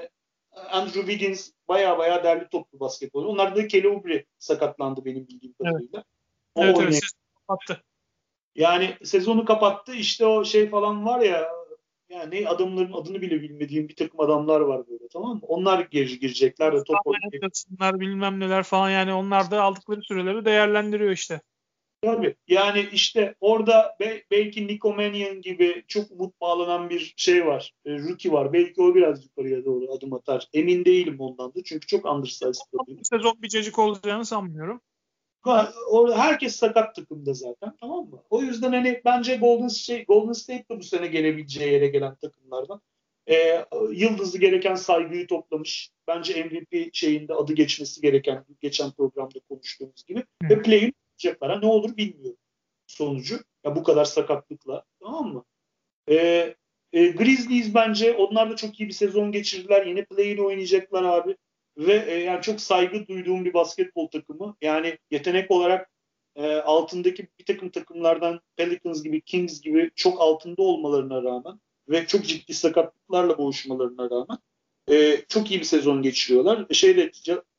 Andrew Wiggins baya baya derli toplu basketbol. Onlarda da Kelly Oubre sakatlandı benim bildiğim kadarıyla. Evet. O evet, oynayın. evet kapattı. Yani sezonu kapattı. İşte o şey falan var ya, yani adamların adını bile bilmediğim bir takım adamlar var böyle, tamam mı? Onlar gir, girecekler de top oynayacak. Bunlar bilmem neler falan, yani onlar da aldıkları süreleri değerlendiriyor işte. Tabii. Yani işte orada be, belki Nico Mannion gibi çok umut bağlanan bir şey var. E, rookie var. Belki o biraz yukarıya doğru adım atar. Emin değilim ondan da. Çünkü çok undersized kalıyor. Bu sezon bir cacık olacağını sanmıyorum. Ha, orada herkes sakat takımda zaten, tamam mı? O yüzden hani bence Golden State, Golden State de bu sene gelebileceği yere gelen takımlardan. Ee, yıldızı gereken saygıyı toplamış. Bence M V P şeyinde adı geçmesi gereken, geçen programda konuştuğumuz gibi. Hı. Ve play-in yapacaklar. Ha, ne olur bilmiyorum sonucu. Ya bu kadar sakatlıkla, tamam mı? Ee, e, Grizzlies bence onlar da çok iyi bir sezon geçirdiler. Yine play-in oynayacaklar abi. Ve e, yani çok saygı duyduğum bir basketbol takımı. Yani yetenek olarak e, altındaki bir takım takımlardan Pelicans gibi, Kings gibi çok altında olmalarına rağmen ve çok ciddi sakatlıklarla boğuşmalarına rağmen e, çok iyi bir sezon geçiriyorlar. E, şeyde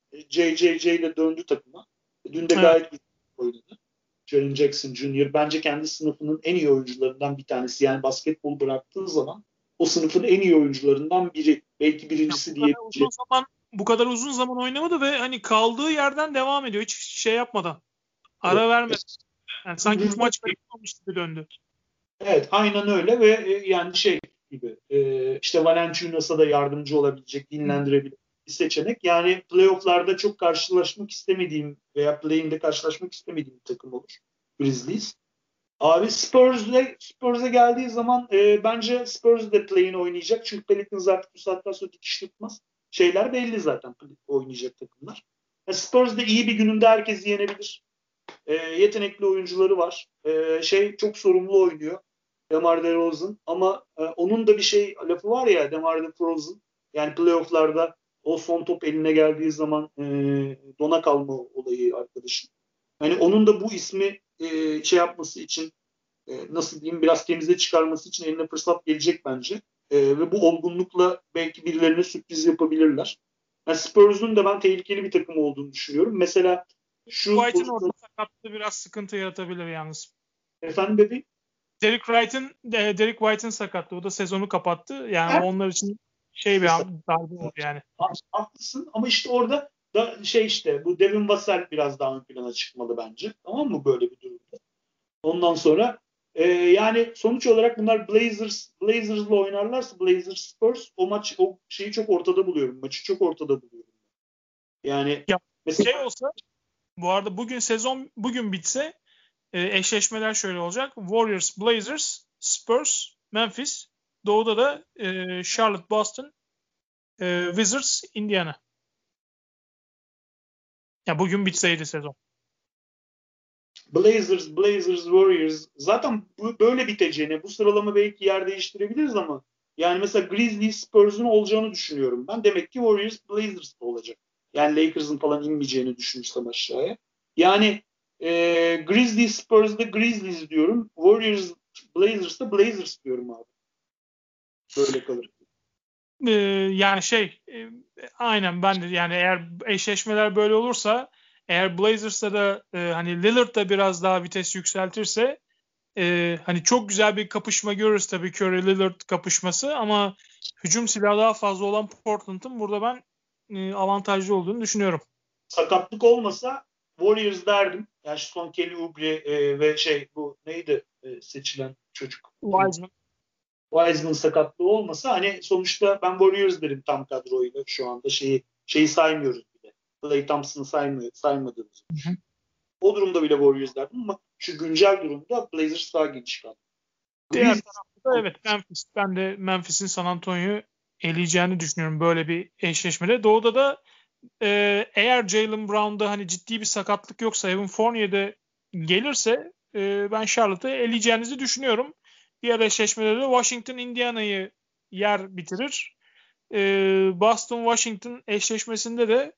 J J J ile döndü takıma. Dün de Evet. gayet güzel oynadı. Jaren Jackson Junior bence kendi sınıfının en iyi oyuncularından bir tanesi. Yani basketbol bıraktığı zaman o sınıfın en iyi oyuncularından biri. Belki birincisi Bu kadar uzun diyebileceğim. zaman bu kadar uzun zaman oynamadı ve hani kaldığı yerden devam ediyor. Hiç şey yapmadan. Ara vermedi. Yani sanki hiç maç kaybetmemiş gibi döndü. Evet, aynen öyle ve e, yani şey gibi e, işte Valanciunas'a da yardımcı olabilecek, dinlendirebilecek bir seçenek. Yani playoff'larda çok karşılaşmak istemediğim veya play-in'de karşılaşmak istemediğim bir takım olur Grizzlies. Abi Spurs'le Spurs'e geldiği zaman e, bence Spurs de play-in oynayacak. Çünkü Pelicans artık bu saatten sonra dikiş tutmaz. Şeyler belli zaten oynayacak takımlar. Yani Spurs de iyi bir gününde herkesi yenebilir. E, yetenekli oyuncuları var. E, şey çok sorumlu oynuyor. DeMar DeRozan ama e, onun da bir şey lafı var ya, DeMar DeRozan. Yani playoff'larda o son top eline geldiği zaman e, dona kalma olayı arkadaşım. Yani onun da bu ismi e, şey yapması için e, nasıl diyeyim biraz temize çıkarması için eline fırsat gelecek bence. E, ve bu olgunlukla belki birilerine sürpriz yapabilirler. Yani Spurs'un da ben tehlikeli bir takım olduğunu düşünüyorum. Mesela şu White'ın pozisyon... orada sakatlığı biraz sıkıntı yaratabilir yalnız. Efendim bebeğim? Derek White'ın Derek White'ın sakatlığı. O da sezonu kapattı. Yani Her onlar için şey bir darbe oldu yani. haklısın ama işte orada da şey işte bu Devin Vassell biraz daha ön plana çıkmalı bence. Tamam mı böyle bir durumda? Ondan sonra e, yani sonuç olarak bunlar Blazers Blazers'la oynarlarsa Blazers Spurs o maç o şeyi çok ortada buluyorum. Maçı çok ortada buluyorum. Yani Ya mesela şey olsa, bu arada bugün sezon bugün bitse e, eşleşmeler şöyle olacak. Warriors, Blazers, Spurs, Memphis. Doğu'da da e, Charlotte, Boston, e, Wizards, Indiana. Ya bugün bitseydi sezon. Blazers, Blazers, Warriors zaten bu, böyle biteceğine bu sıralama belki yer değiştirebiliriz ama yani mesela Grizzlies Spurs'un olacağını düşünüyorum ben. Demek ki Warriors Blazers'da olacak. Yani Lakers'ın falan inmeyeceğini düşünürsem aşağıya. Yani e, Grizzlies Spurs'da Grizzlies diyorum. Warriors Blazers'da Blazers diyorum abi. Böyle kalır. Ee, yani şey e, aynen ben de, yani eğer eşleşmeler böyle olursa, eğer Blazers'ta da e, hani Lillard da biraz daha vites yükseltirse e, hani çok güzel bir kapışma görürüz tabii, Curry Lillard kapışması, ama hücum silahı daha fazla olan Portland'ın burada ben e, avantajlı olduğunu düşünüyorum. Sakatlık olmasa Warriors derdim. Yani şu son Kelly Oubre e, ve şey bu neydi e, seçilen çocuk. Wiseman. Wiseman sakatlığı olmasa hani sonuçta ben Warriors derim tam kadroyla şu anda. Şeyi şeyi saymıyoruz bile. Klay Thompson'ı saymıyor, saymadığımız. Hı hı. O durumda bile Warriors derdim ama şu güncel durumda Blazers daha geniş kaldı. Diğer Grizzlies tarafta da evet, Memphis. Ben de Memphis'in San Antonio'yu eleyeceğini düşünüyorum böyle bir eşleşmede. Doğu'da da Ee, eğer Jaylen Brown'da hani ciddi bir sakatlık yoksa, Evan Fournier'de gelirse e, ben Charlotte'ı eleyeceğinizi düşünüyorum. Diğer eşleşmede de Washington Indiana'yı yer bitirir. Ee, Boston Washington eşleşmesinde de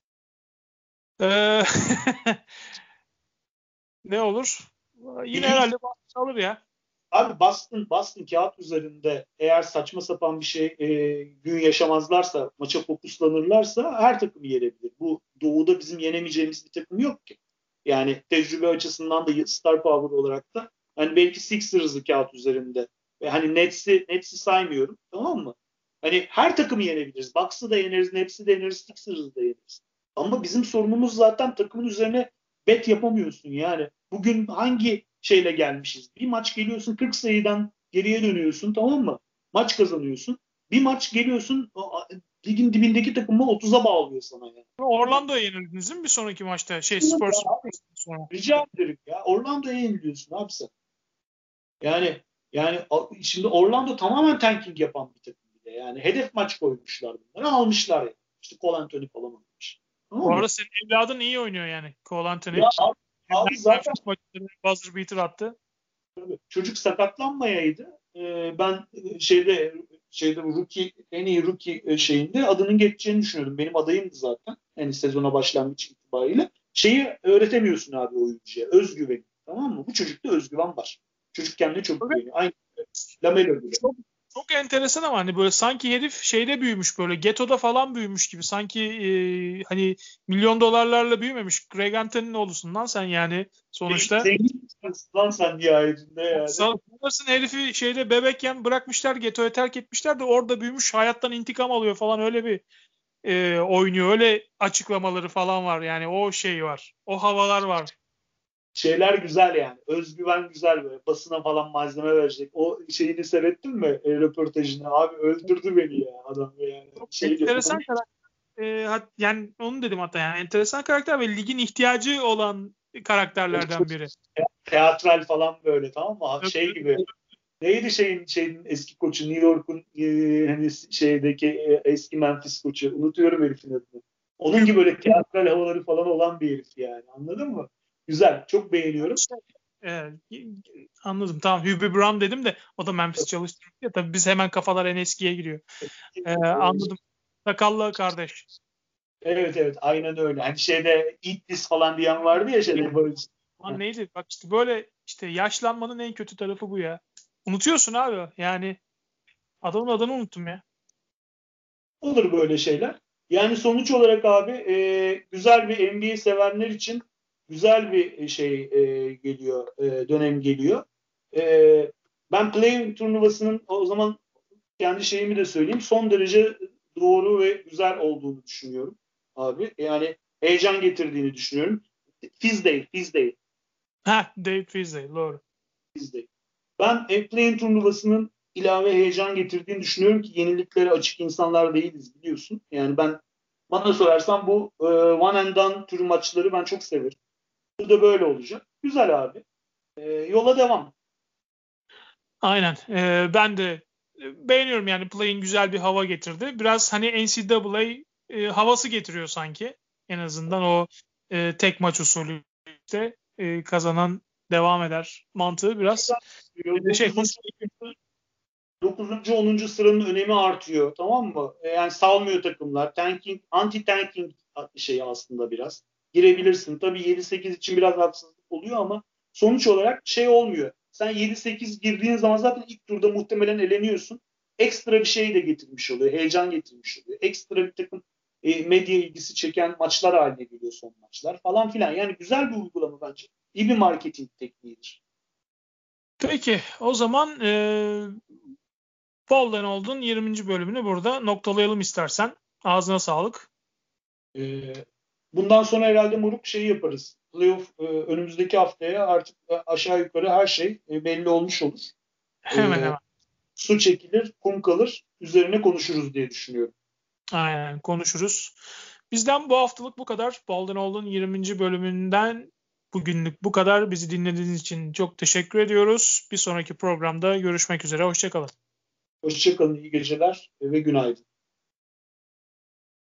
e, ne olur? Yine birinci, herhalde Boston alır ya. Abi Boston, Boston kağıt üzerinde eğer saçma sapan bir şey e, gün yaşamazlarsa, maça fokuslanırlarsa her takımı yenebilir. Bu doğuda bizim yenemeyeceğimiz bir takım yok ki. Yani tecrübe açısından da star power olarak da hani belki Sixers'ı kağıt üzerinde ve hani Nets'i Nets'i saymıyorum, tamam mı? Hani her takımı yenebiliriz. Bucks'ı da yeneriz, Nets'i de yeneriz, Sixers'ı da yeneriz. Ama bizim sorunumuz zaten takımın üzerine bet yapamıyorsun yani. Bugün hangi şeyle gelmişiz? Bir maç geliyorsun kırk sayıdan geriye dönüyorsun, tamam mı? Maç kazanıyorsun. Bir maç geliyorsun ligin dibindeki takımı otuza bağlıyor sana yani. Orlando'ya yenildiniz değil mi bir sonraki maçta? Şey Spurs sonra. Rica ederim ya. Orlando'ya yeniliyorsun abi sen. Yani yani şimdi Orlando tamamen tanking yapan bir takım bir de. Yani hedef maç koymuşlar bunları. Almışlar yani. İşte Cole Anthony falan almış. Tamam Bu mı? arada senin evladın iyi oynuyor yani. Cole Anthony. Ya abi, abi zaten buzzer beater attı. Çocuk sakatlanmayaydı. Ee, ben şeyde şeyde rookie en iyi rookie şeyinde adının geçeceğini düşünüyordum. Benim adayımdı zaten. Yani sezona başlangıç itibariyle. Şeyi öğretemiyorsun abi oyuncuya. Özgüven. Tamam mı? Bu çocukta özgüven var. Çocuk kendine çok güveniyor. Aynı Lamelo gibi. Çok, çok enteresan ama hani böyle sanki herif şeyde büyümüş, böyle ghetto'da falan büyümüş gibi. Sanki e, hani milyon dolarlarla büyümemiş. Greg Anthony'nin oğlusun lan sen yani sonuçta. Zengin lan sen nihayetinde yani. Sanırsın herifi şeyde bebekken bırakmışlar, ghetto'ya terk etmişler de orada büyümüş, hayattan intikam alıyor falan, öyle bir e, oynuyor. Öyle açıklamaları falan var yani, o şey var. O havalar var. Şeyler güzel yani. Özgüven güzel böyle. Basına falan malzeme verecek. O şeyini seyrettin mi? E, röportajını. Abi öldürdü beni ya adam yani. Çok şey enteresan karakter. E, hat, yani onu dedim hatta, yani enteresan karakter ve ligin ihtiyacı olan karakterlerden biri. Teatral falan böyle, tamam mı? Evet. Şey gibi. Neydi şeyin şeyin eski koçu, New York'un e, hani şeydeki e, eski Memphis koçu. Unutuyorum herifin adını. Onun gibi böyle teatral havaları falan olan bir herif yani. Anladın mı? Güzel. Çok beğeniyorum. Evet, anladım. Tamam, Hubie Brown dedim de o da Memphis çalıştırıyor. Ya tabii biz hemen kafalar en eskiye giriyor. Ee, anladım. Sakallı kardeş. Evet evet aynen öyle. Hani şeyde eat this falan diyen vardı ya şeyde böyle. Lan neydi? Bak işte böyle, işte yaşlanmanın en kötü tarafı bu ya. Unutuyorsun abi. Yani adamın adını unuttum ya. Olur böyle şeyler. Yani sonuç olarak abi e, güzel bir N B A sevenler için güzel bir şey e, geliyor, e, dönem geliyor. E, ben play turnuvasının o zaman kendi şeyimi de söyleyeyim. Son derece doğru ve güzel olduğunu düşünüyorum abi. Yani heyecan getirdiğini düşünüyorum. Fizz değil, Fizz değil. Heh, David Fizdale, doğru. Fizz değil. Ben play turnuvasının ilave heyecan getirdiğini düşünüyorum ki yeniliklere açık insanlar değiliz biliyorsun. Yani ben bana sorarsan bu e, one and done türü maçları ben çok severim. Bu da böyle olacak. Güzel abi. E, yola devam. Aynen. Ee, ben de beğeniyorum yani, play'in güzel bir hava getirdi. Biraz hani N C double A e, havası getiriyor sanki. En azından o e, tek maç usulü işte e, kazanan devam eder mantığı biraz e, şey hoş. dokuzuncu onuncu sıranın önemi artıyor. Tamam mı? E, yani salmıyor takımlar. Tanking, anti-tanking şeyi aslında biraz. Girebilirsin. Tabii yedi sekiz için biraz haksızlık oluyor ama sonuç olarak şey olmuyor. Sen yedi sekiz girdiğin zaman zaten ilk turda muhtemelen eleniyorsun. Ekstra bir şey de getirmiş oluyor. Heyecan getirmiş oluyor. Ekstra bir takım e, medya ilgisi çeken maçlar haline geliyor son maçlar falan filan. Yani güzel bir uygulama bence. İyi bir marketing tekniğidir. Peki o zaman e, Bolden Old'un yirminci bölümünü burada noktalayalım istersen. Ağzına sağlık. Ee, bundan sonra herhalde moruk şeyi yaparız. Playoff e, önümüzdeki haftaya artık aşağı yukarı her şey e, belli olmuş olur. Hemen Ee, hemen. su çekilir, kum kalır. Üzerine konuşuruz diye düşünüyorum. Aynen, konuşuruz. Bizden bu haftalık bu kadar. Bolden Old'un yirminci bölümünden bugünlük bu kadar. Bizi dinlediğiniz için çok teşekkür ediyoruz. Bir sonraki programda görüşmek üzere. Hoşçakalın. Hoşçakalın, iyi geceler ve günaydın.